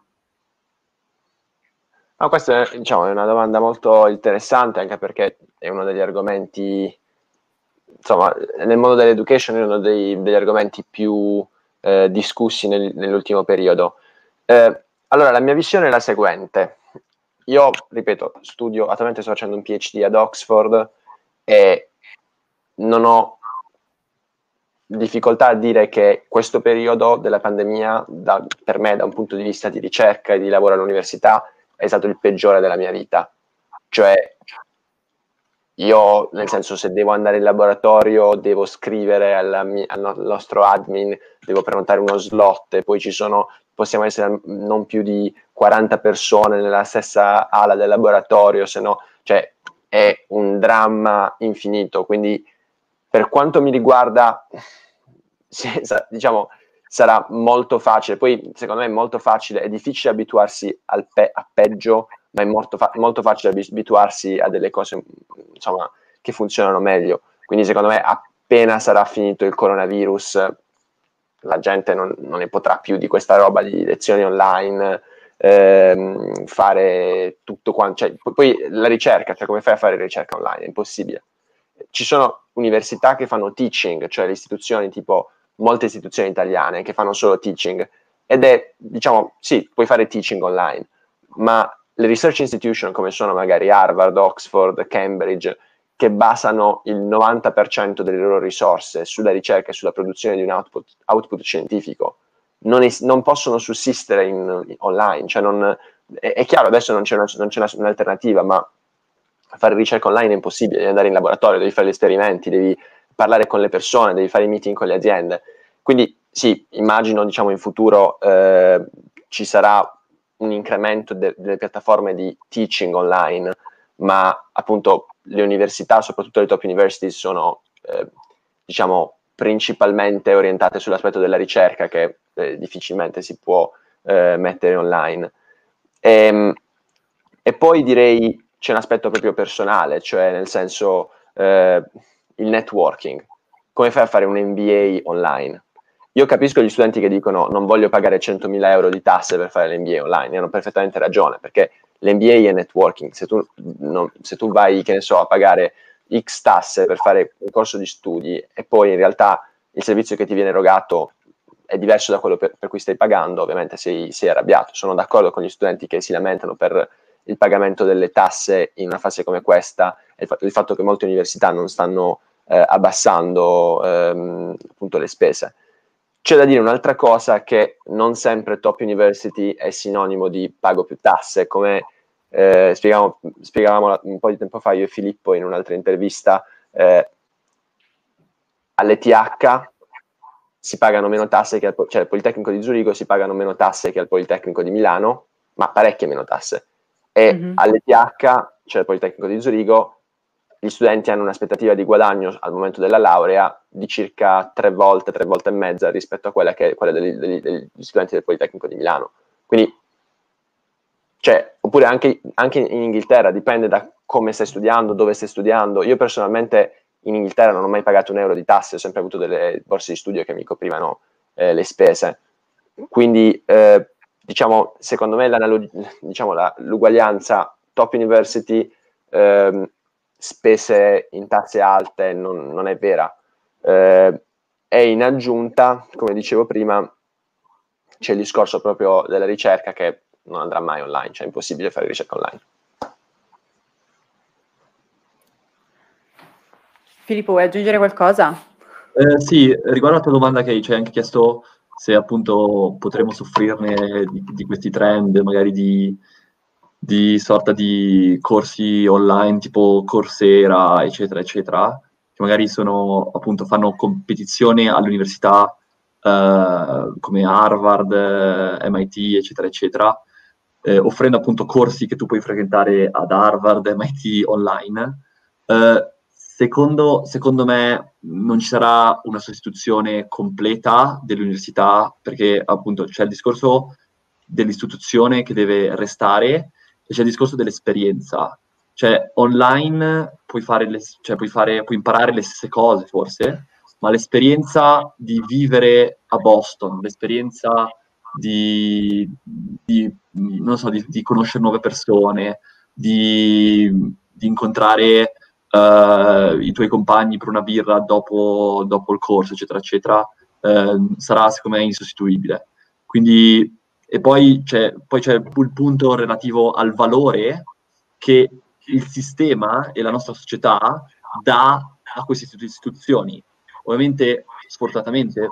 Questa è, diciamo, è una domanda molto interessante, anche perché è uno degli argomenti, insomma, nel mondo dell'education è uno degli argomenti più discussi nell'ultimo periodo. Allora, la mia visione è la seguente. Io, ripeto, attualmente sto facendo un PhD ad Oxford e non ho difficoltà a dire che questo periodo della pandemia, per me, da un punto di vista di ricerca e di lavoro all'università, è stato il peggiore della mia vita. Cioè, io, nel senso, se devo andare in laboratorio, devo scrivere al nostro admin, devo prenotare uno slot, e poi possiamo essere non più di 40 persone nella stessa ala del laboratorio, se no, cioè, è un dramma infinito. Quindi, per quanto mi riguarda, diciamo, sarà molto facile. Poi, secondo me, è molto facile, è difficile abituarsi a peggio, ma è molto facile abituarsi a delle cose, insomma, che funzionano meglio. Quindi, secondo me, appena sarà finito il coronavirus, la gente non ne potrà più di questa roba di lezioni online, fare tutto quanto. Cioè, poi la ricerca, cioè come fai a fare ricerca online? È impossibile. Ci sono università che fanno teaching, cioè le istituzioni, tipo molte istituzioni italiane che fanno solo teaching, ed è, diciamo, sì, puoi fare teaching online, ma le research institution come sono magari Harvard, Oxford, Cambridge, che basano il 90% delle loro risorse sulla ricerca e sulla produzione di un output scientifico, non possono sussistere online. Cioè è chiaro, adesso non c'è un'alternativa, ma fare ricerca online è impossibile, devi andare in laboratorio, devi fare gli esperimenti, devi parlare con le persone, devi fare i meeting con le aziende. Quindi sì, immagino, diciamo, in futuro ci sarà un incremento delle piattaforme di teaching online, ma appunto le università, soprattutto le top university, sono diciamo principalmente orientate sull'aspetto della ricerca, che difficilmente si può mettere online. E poi direi c'è un aspetto proprio personale, cioè nel senso il networking. Come fai a fare un MBA online? Io capisco gli studenti che dicono non voglio pagare 100.000 euro di tasse per fare l'MBA online, e hanno perfettamente ragione, perché l'MBA è networking. Se tu vai, che ne so, a pagare X tasse per fare un corso di studi e poi in realtà il servizio che ti viene erogato è diverso da quello per cui stai pagando, ovviamente sei arrabbiato. Sono d'accordo con gli studenti che si lamentano per il pagamento delle tasse in una fase come questa, e il fatto che molte università non stanno abbassando appunto le spese. C'è da dire un'altra cosa, che non sempre top university è sinonimo di pago più tasse, come spiegavamo un po' di tempo fa io e Filippo in un'altra intervista. All'ETH si pagano meno tasse che cioè al Politecnico di Zurigo si pagano meno tasse che al Politecnico di Milano, ma parecchie meno tasse. E all'ETH, cioè al Politecnico di Zurigo, gli studenti hanno un'aspettativa di guadagno al momento della laurea di circa 3 volte e mezza rispetto a quella degli studenti del Politecnico di Milano. Quindi, cioè, oppure anche in Inghilterra, dipende da come stai studiando, dove stai studiando. Io personalmente in Inghilterra non ho mai pagato un euro di tasse, ho sempre avuto delle borse di studio che mi coprivano le spese. Quindi, diciamo, secondo me l'uguaglianza top university spese in tasse alte non è vera. E in aggiunta, come dicevo prima, c'è il discorso proprio della ricerca, che non andrà mai online, cioè è impossibile fare ricerca online. Filippo, vuoi aggiungere qualcosa? Sì, riguardo alla tua domanda che ci hai anche chiesto se appunto potremo soffrirne di questi trend, magari di di sorta di corsi online tipo Coursera, eccetera, eccetera, che magari sono, appunto, fanno competizione alle università come Harvard, MIT, eccetera, eccetera, offrendo appunto corsi che tu puoi frequentare ad Harvard, MIT online. Secondo me non ci sarà una sostituzione completa dell'università, perché appunto c'è il discorso dell'istituzione che deve restare e c'è il discorso dell'esperienza. Cioè, online puoi imparare le stesse cose forse, ma l'esperienza di vivere a Boston, l'esperienza non so, di conoscere nuove persone, di incontrare i tuoi compagni per una birra dopo il corso, eccetera, eccetera, sarà secondo me insostituibile. Quindi, e poi c'è il punto relativo al valore che il sistema e la nostra società dà a queste istituzioni. Ovviamente, sfortunatamente,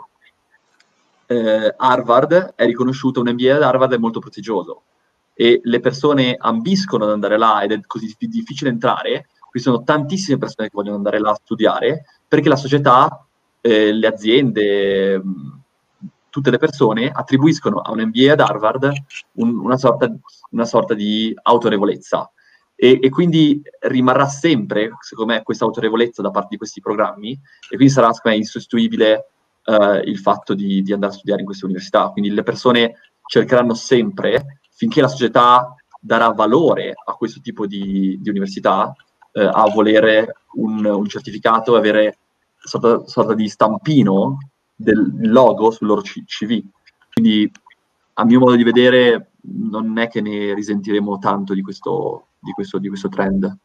Harvard è riconosciuto, un MBA ad Harvard è molto prestigioso e le persone ambiscono ad andare là ed è così difficile entrare. Qui sono tantissime persone che vogliono andare là a studiare perché la società, le aziende, tutte le persone attribuiscono a un MBA ad Harvard una sorta di autorevolezza. E quindi rimarrà sempre, secondo me, questa autorevolezza da parte di questi programmi e quindi sarà, secondo me, insostituibile il fatto di andare a studiare in queste università. Quindi le persone cercheranno sempre, finché la società darà valore a questo tipo di università, a volere un certificato e avere sorta di stampino del logo sul loro CV. Quindi, a mio modo di vedere, non è che ne risentiremo tanto di questo trend.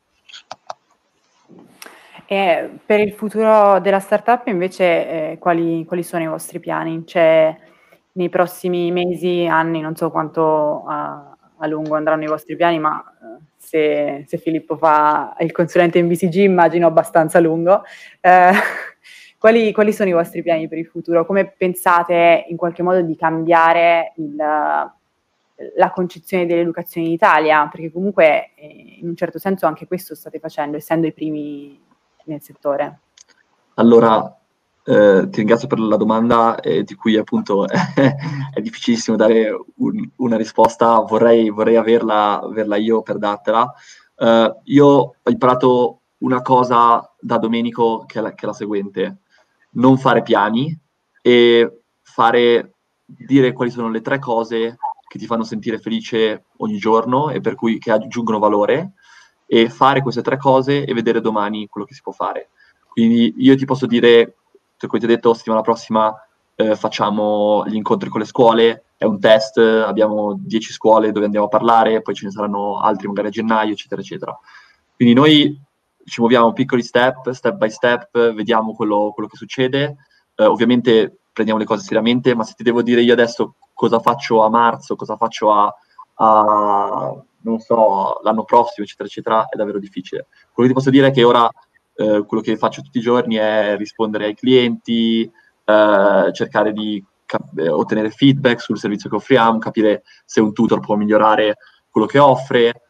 E per il futuro della startup invece quali sono i vostri piani? Cioè, nei prossimi mesi, anni, non so quanto a lungo andranno i vostri piani, ma se Filippo fa il consulente in BCG immagino abbastanza a lungo. Quali sono i vostri piani per il futuro? Come pensate in qualche modo di cambiare la concezione dell'educazione in Italia? Perché comunque in un certo senso anche questo state facendo, essendo i primi nel settore. Allora, ti ringrazio per la domanda di cui appunto è difficilissimo dare una risposta, vorrei averla io per dartela. Io ho imparato una cosa da Domenico che è la seguente: non fare piani e dire quali sono le 3 cose che ti fanno sentire felice ogni giorno e per cui che aggiungono valore, e fare queste 3 cose e vedere domani quello che si può fare. Quindi io ti posso dire, come ti ho detto, settimana prossima facciamo gli incontri con le scuole, è un test, abbiamo 10 scuole dove andiamo a parlare, poi ce ne saranno altri magari a gennaio, eccetera, eccetera. Quindi noi ci muoviamo piccoli step by step, vediamo quello che succede. Ovviamente prendiamo le cose seriamente, ma se ti devo dire io adesso cosa faccio a marzo, cosa faccio non so, l'anno prossimo, eccetera, eccetera, è davvero difficile. Quello che ti posso dire è che ora quello che faccio tutti i giorni è rispondere ai clienti, cercare di ottenere feedback sul servizio che offriamo, capire se un tutor può migliorare quello che offre,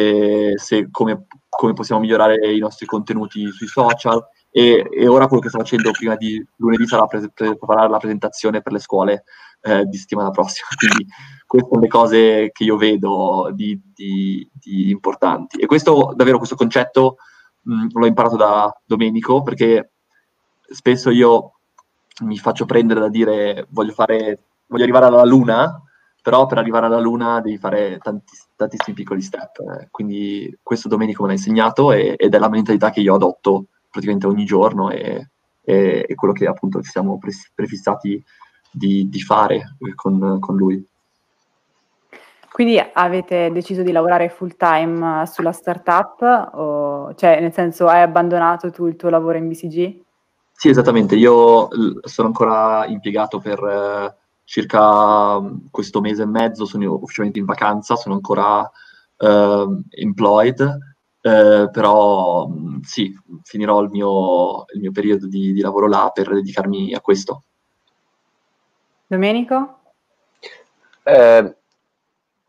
come possiamo migliorare i nostri contenuti sui social. E ora quello che sto facendo prima di lunedì sarà preparare la presentazione per le scuole di settimana prossima. Quindi queste sono le cose che io vedo di importanti. E questo, davvero, questo concetto l'ho imparato da Domenico, perché spesso io mi faccio prendere da dire voglio arrivare alla Luna, però per arrivare alla Luna devi fare tantissimi piccoli step. Quindi questo Domenico me l'ha insegnato ed è la mentalità che io adotto praticamente ogni giorno e quello che appunto ci siamo prefissati di fare con lui. Quindi avete deciso di lavorare full time sulla startup? Cioè, nel senso, hai abbandonato tu il tuo lavoro in BCG? Sì, esattamente. Io sono ancora impiegato per circa questo mese e mezzo, sono ufficialmente in vacanza, sono ancora employed, però sì, finirò il mio periodo di lavoro là per dedicarmi a questo. Domenico?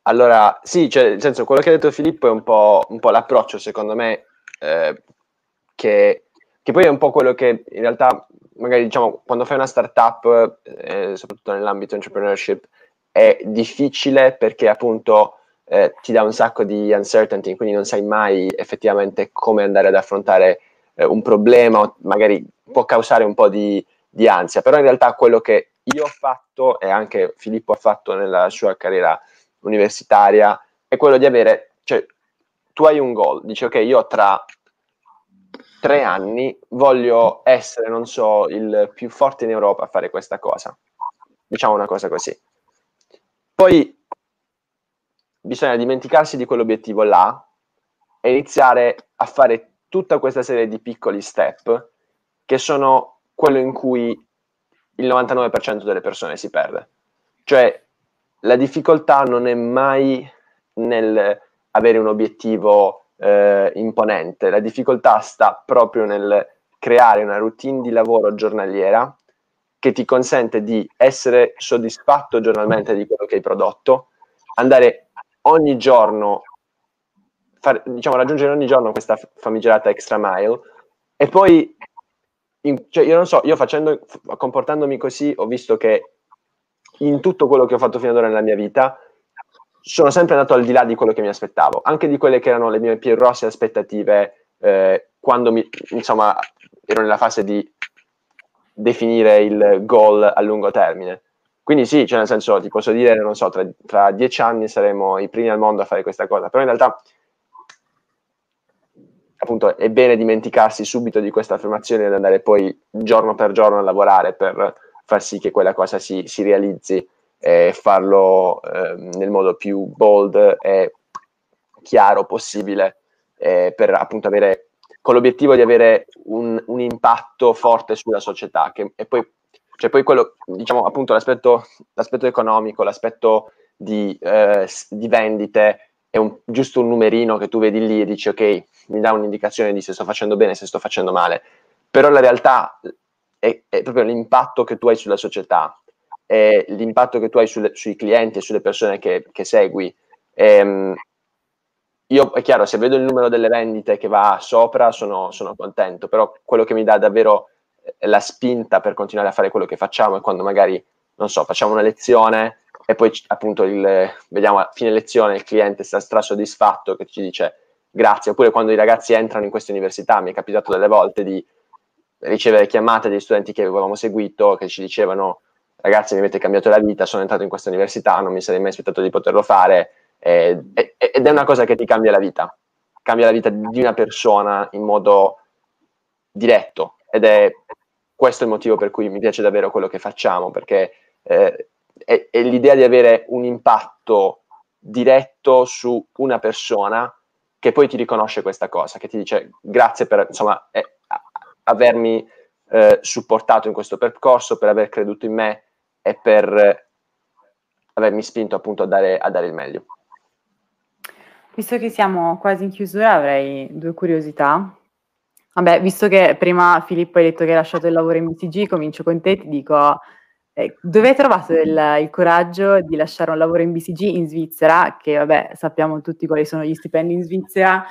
Allora, sì, cioè, nel senso, quello che ha detto Filippo è un po' l'approccio, secondo me, che poi è un po' quello che in realtà, magari, diciamo, quando fai una startup, soprattutto nell'ambito entrepreneurship, è difficile perché appunto ti dà un sacco di uncertainty, quindi non sai mai effettivamente come andare ad affrontare un problema, o magari può causare un po' di ansia, però in realtà quello che io ho fatto e anche Filippo ha fatto nella sua carriera universitaria è quello di avere, cioè tu hai un goal, dici ok, io tra 3 anni voglio essere, non so, il più forte in Europa a fare questa cosa, diciamo una cosa così. Poi bisogna dimenticarsi di quell'obiettivo là e iniziare a fare tutta questa serie di piccoli step che sono quello in cui il 99% delle persone si perde. Cioè, la difficoltà non è mai nel avere un obiettivo imponente, la difficoltà sta proprio nel creare una routine di lavoro giornaliera che ti consente di essere soddisfatto giornalmente di quello che hai prodotto, andare ogni giorno, diciamo, raggiungere ogni giorno questa famigerata extra mile e poi, cioè, io non so, io comportandomi così ho visto che in tutto quello che ho fatto fino ad ora nella mia vita sono sempre andato al di là di quello che mi aspettavo, anche di quelle che erano le mie più grosse aspettative quando insomma, ero nella fase di definire il goal a lungo termine. Quindi sì, cioè nel senso, ti posso dire, non so, tra 10 anni saremo i primi al mondo a fare questa cosa, però in realtà appunto è bene dimenticarsi subito di questa affermazione ed andare poi giorno per giorno a lavorare per far sì che quella cosa si realizzi e farlo nel modo più bold e chiaro possibile per appunto avere, con l'obiettivo di avere un impatto forte sulla società, che e poi, cioè poi quello, diciamo appunto l'aspetto economico, l'aspetto di vendite è giusto un numerino che tu vedi lì e dici ok, mi dà un'indicazione di se sto facendo bene, se sto facendo male, però la realtà è proprio l'impatto che tu hai sulla società, è l'impatto che tu hai sui clienti e sulle persone che segui. Io è chiaro, se vedo il numero delle vendite che va sopra sono contento, però quello che mi dà davvero la spinta per continuare a fare quello che facciamo è quando magari, non so, facciamo una lezione e poi appunto vediamo a fine lezione il cliente sta strasoddisfatto che ci dice grazie, oppure quando i ragazzi entrano in queste università, mi è capitato delle volte di ricevere chiamate degli studenti che avevamo seguito che ci dicevano ragazzi mi avete cambiato la vita, sono entrato in questa università, non mi sarei mai aspettato di poterlo fare, ed è una cosa che ti cambia la vita di una persona in modo diretto, ed è questo il motivo per cui mi piace davvero quello che facciamo, perché è l'idea di avere un impatto diretto su una persona che poi ti riconosce questa cosa, che ti dice grazie per insomma avermi supportato in questo percorso, per aver creduto in me e per avermi spinto appunto a dare il meglio. Visto che siamo quasi in chiusura, avrei 2 curiosità. Vabbè, visto che prima Filippo hai detto che hai lasciato il lavoro in BCG, comincio con te, ti dico, dove hai trovato il coraggio di lasciare un lavoro in BCG in Svizzera, che vabbè, sappiamo tutti quali sono gli stipendi in Svizzera,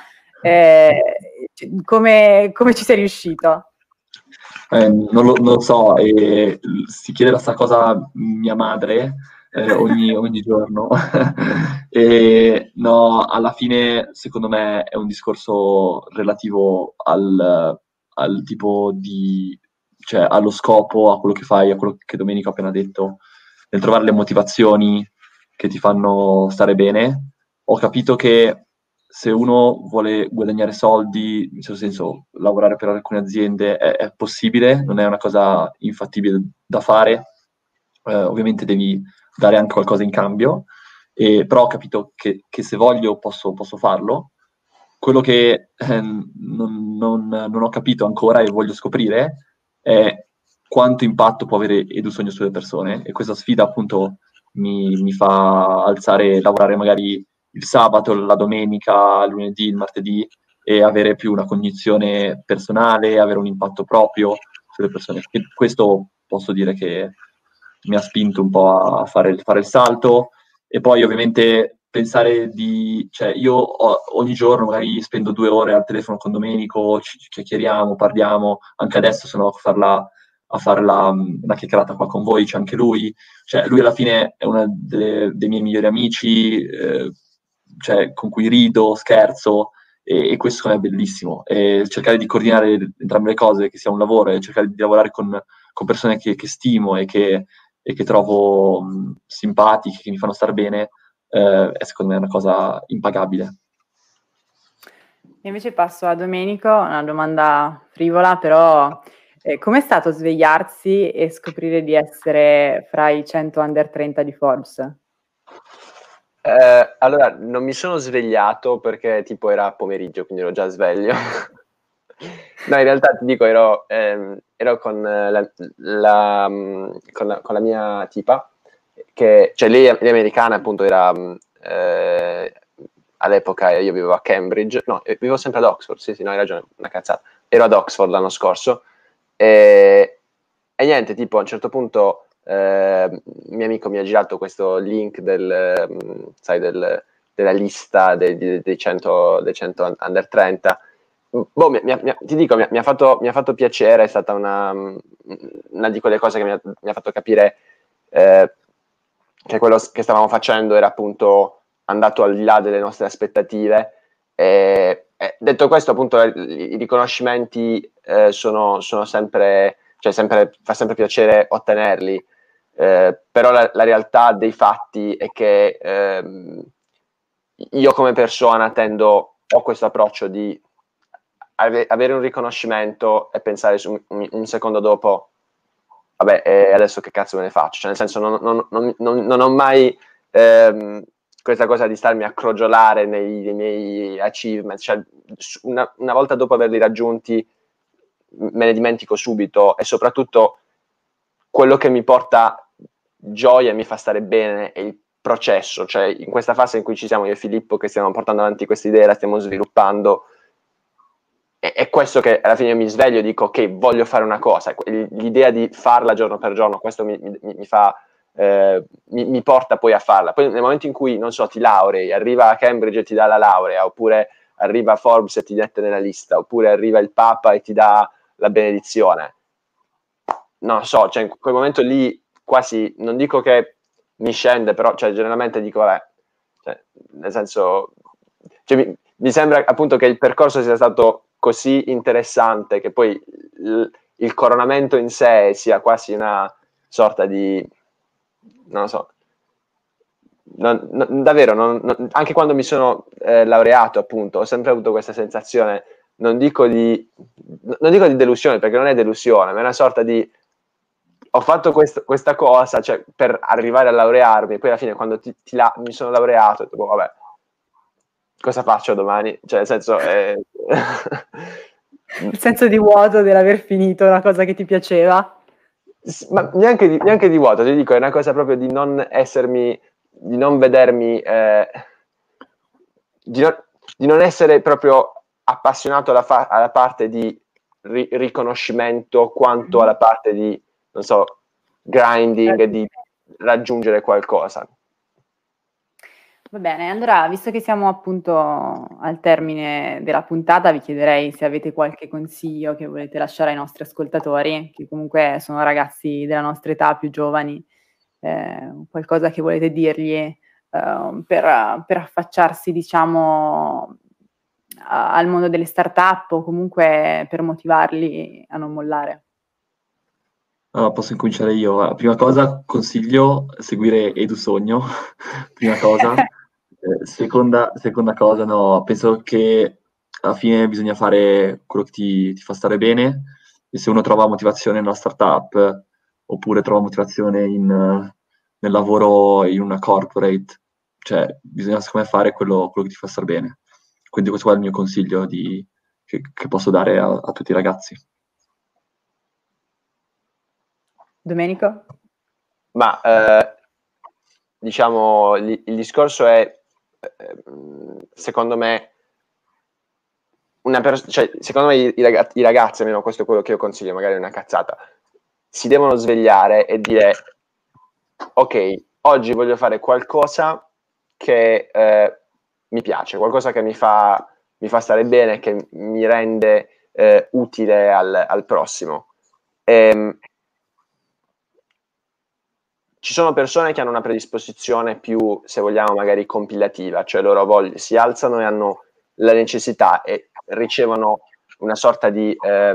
come ci sei riuscito? Non lo so, si chiede la stessa cosa mia madre ogni giorno. No, alla fine secondo me è un discorso relativo al tipo di, cioè allo scopo, a quello che fai, a quello che Domenico ha appena detto, nel trovare le motivazioni che ti fanno stare bene. Ho capito che se uno vuole guadagnare soldi, in questo senso lavorare per alcune aziende è possibile, non è una cosa infattibile da fare, ovviamente devi dare anche qualcosa in cambio, però ho capito che se voglio posso farlo. Quello che non ho capito ancora e voglio scoprire è quanto impatto può avere EduSogno sulle persone, e questa sfida appunto mi fa alzare, lavorare magari il sabato, la domenica, il lunedì, il martedì, e avere più una cognizione personale, avere un impatto proprio sulle persone. E questo posso dire che mi ha spinto un po' a fare il salto. E poi ovviamente pensare cioè io ogni giorno magari spendo 2 ore al telefono con Domenico, ci chiacchieriamo, parliamo, anche adesso sono a fare una chiacchierata qua con voi, c'è anche lui, cioè lui alla fine è uno dei miei migliori amici, cioè, con cui rido, scherzo, e questo secondo me è bellissimo, e cercare di coordinare entrambe le cose, che sia un lavoro, e cercare di lavorare con persone che stimo e che trovo simpatiche, che mi fanno star bene, è secondo me una cosa impagabile. E invece passo a Domenico, una domanda frivola, però com'è stato svegliarsi e scoprire di essere fra i 100 under 30 di Forbes? Allora, non mi sono svegliato perché tipo era pomeriggio, quindi ero già sveglio. No, in realtà ti dico, ero con con la mia tipa, che, cioè lei è americana, appunto, era all'epoca io vivevo a Cambridge, no, vivevo sempre ad Oxford, sì, no, hai ragione, una cazzata. Ero ad Oxford l'anno scorso, e niente, tipo a un certo punto mio amico mi ha girato questo link sai, della lista dei 100 under 30. Boh, ti dico, mi ha fatto piacere, è stata una di quelle cose che mi ha fatto capire che quello che stavamo facendo era appunto andato al di là delle nostre aspettative. Detto questo, appunto, i riconoscimenti sono sempre, cioè fa sempre piacere ottenerli, però la realtà dei fatti è che io come persona ho questo approccio di avere un riconoscimento e pensare su un secondo dopo, vabbè, adesso che cazzo me ne faccio? Cioè, nel senso, non ho mai questa cosa di starmi a crogiolare nei miei achievement. Cioè, una volta dopo averli raggiunti me ne dimentico subito, e soprattutto quello che mi porta gioia e mi fa stare bene è il processo. Cioè, in questa fase in cui ci siamo io e Filippo, che stiamo portando avanti questa idea, la stiamo sviluppando, è questo che alla fine mi sveglio e dico ok, voglio fare una cosa. L'idea di farla giorno per giorno, questo mi fa mi porta poi a farla. Poi nel momento in cui, non so, ti laurei, arriva a Cambridge e ti dà la laurea, oppure arriva Forbes e ti mette nella lista, oppure arriva il Papa e ti dà la benedizione, non so, cioè in quel momento lì quasi, non dico che mi scende, però cioè, generalmente dico vabbè, cioè, nel senso, cioè, mi sembra appunto che il percorso sia stato così interessante che poi il coronamento in sé sia quasi una sorta di, non lo so, davvero, anche quando mi sono laureato, appunto, ho sempre avuto questa sensazione, non dico di delusione, perché non è delusione, ma è una sorta di ho fatto questa cosa, cioè, per arrivare a laurearmi, poi alla fine quando mi sono laureato, ho detto, vabbè, cosa faccio domani? Cioè, nel senso... Il senso di vuoto dell'aver finito una cosa che ti piaceva? Ma neanche di vuoto, ti dico, è una cosa proprio di non vedermi, di non essere proprio appassionato alla parte di riconoscimento quanto alla parte di, non so, grinding e di raggiungere qualcosa. Va bene, allora, visto che siamo appunto al termine della puntata, vi chiederei se avete qualche consiglio che volete lasciare ai nostri ascoltatori, che comunque sono ragazzi della nostra età, più giovani, qualcosa che volete dirgli per affacciarsi, diciamo, al mondo delle start-up, o comunque per motivarli a non mollare. Posso incominciare io. Prima cosa, consiglio seguire EduSogno, prima cosa. Seconda cosa, no, penso che alla fine bisogna fare quello che ti fa stare bene, e se uno trova motivazione nella startup, oppure trova motivazione nel lavoro in una corporate, cioè bisogna secondo me fare quello che ti fa stare bene. Quindi questo è il mio consiglio che posso dare a tutti i ragazzi. Domenico? Ma diciamo, il discorso è, secondo me, cioè, secondo me i ragazzi, almeno questo è quello che io consiglio, magari è una cazzata, si devono svegliare e dire ok, oggi voglio fare qualcosa che mi piace, qualcosa che mi fa stare bene, che mi rende utile al prossimo. Ci sono persone che hanno una predisposizione più, se vogliamo, magari compilativa, cioè loro si alzano e hanno la necessità e ricevono una sorta di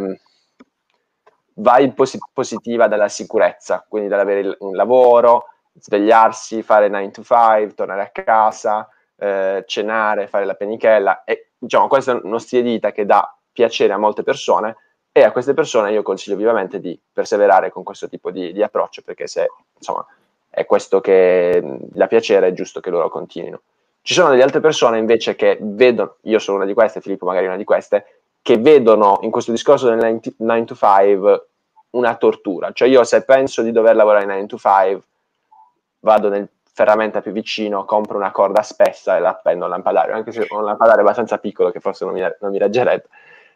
vibe positiva dalla sicurezza, quindi dall'avere un lavoro, svegliarsi, fare 9 to 5, tornare a casa, cenare, fare la penichella, e diciamo questo è uno stile di vita che dà piacere a molte persone, e a queste persone io consiglio vivamente di perseverare con questo tipo di approccio, perché se insomma è questo che dà piacere, è giusto che loro continuino. Ci sono delle altre persone invece che vedono, io sono una di queste, Filippo magari è una di queste, che vedono in questo discorso del 9 to 5 una tortura. Cioè io, se penso di dover lavorare 9 to 5, vado nel ferramenta più vicino, compro una corda spessa e la appendo al lampadario, anche se ho un lampadario abbastanza piccolo che forse non mi reggerebbe.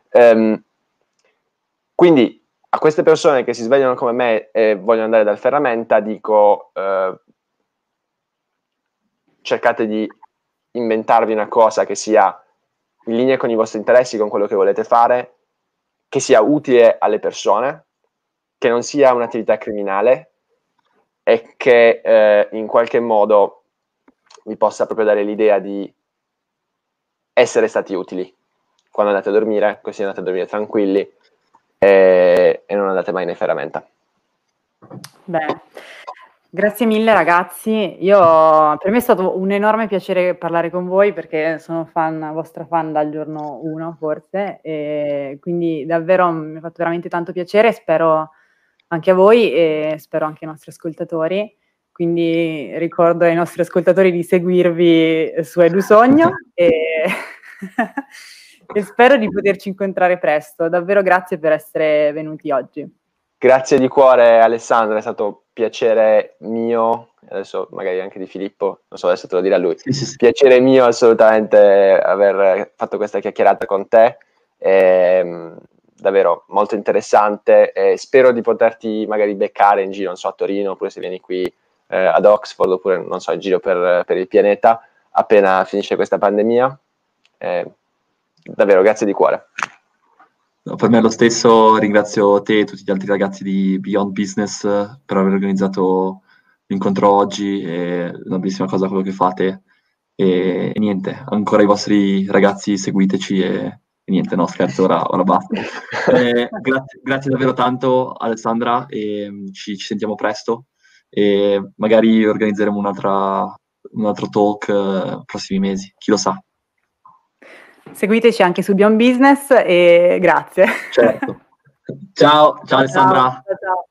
Quindi a queste persone che si svegliano come me e vogliono andare dal ferramenta dico cercate di inventarvi una cosa che sia in linea con i vostri interessi, con quello che volete fare, che sia utile alle persone, che non sia un'attività criminale e che in qualche modo vi possa proprio dare l'idea di essere stati utili quando andate a dormire, così andate a dormire tranquilli e non andate mai nei ferramenta. Beh, grazie mille ragazzi, per me è stato un enorme piacere parlare con voi, perché sono vostra fan dal giorno 1 forse, e quindi davvero mi ha fatto veramente tanto piacere, spero anche a voi e spero anche ai nostri ascoltatori, quindi ricordo ai nostri ascoltatori di seguirvi su EduSogno e spero di poterci incontrare presto. Davvero grazie per essere venuti oggi. Grazie di cuore Alessandra, è stato un piacere mio, adesso magari anche di Filippo, non so, adesso te lo dirà lui. Sì. Piacere mio assolutamente aver fatto questa chiacchierata con te, davvero molto interessante, e spero di poterti magari beccare in giro, non so, a Torino, oppure se vieni qui ad Oxford, oppure non so, in giro per il pianeta appena finisce questa pandemia. Davvero grazie di cuore. No, per me è lo stesso, ringrazio te e tutti gli altri ragazzi di Beyond Business per aver organizzato l'incontro oggi, è una bellissima cosa quello che fate, e niente, ancora i vostri ragazzi seguiteci e niente, no scherzo, ora basta. Grazie davvero tanto Alessandra, e ci sentiamo presto e magari organizzeremo un altro talk prossimi mesi, chi lo sa. Seguiteci anche su Beyond Business e grazie. Certo. Ciao Alessandra. Ciao.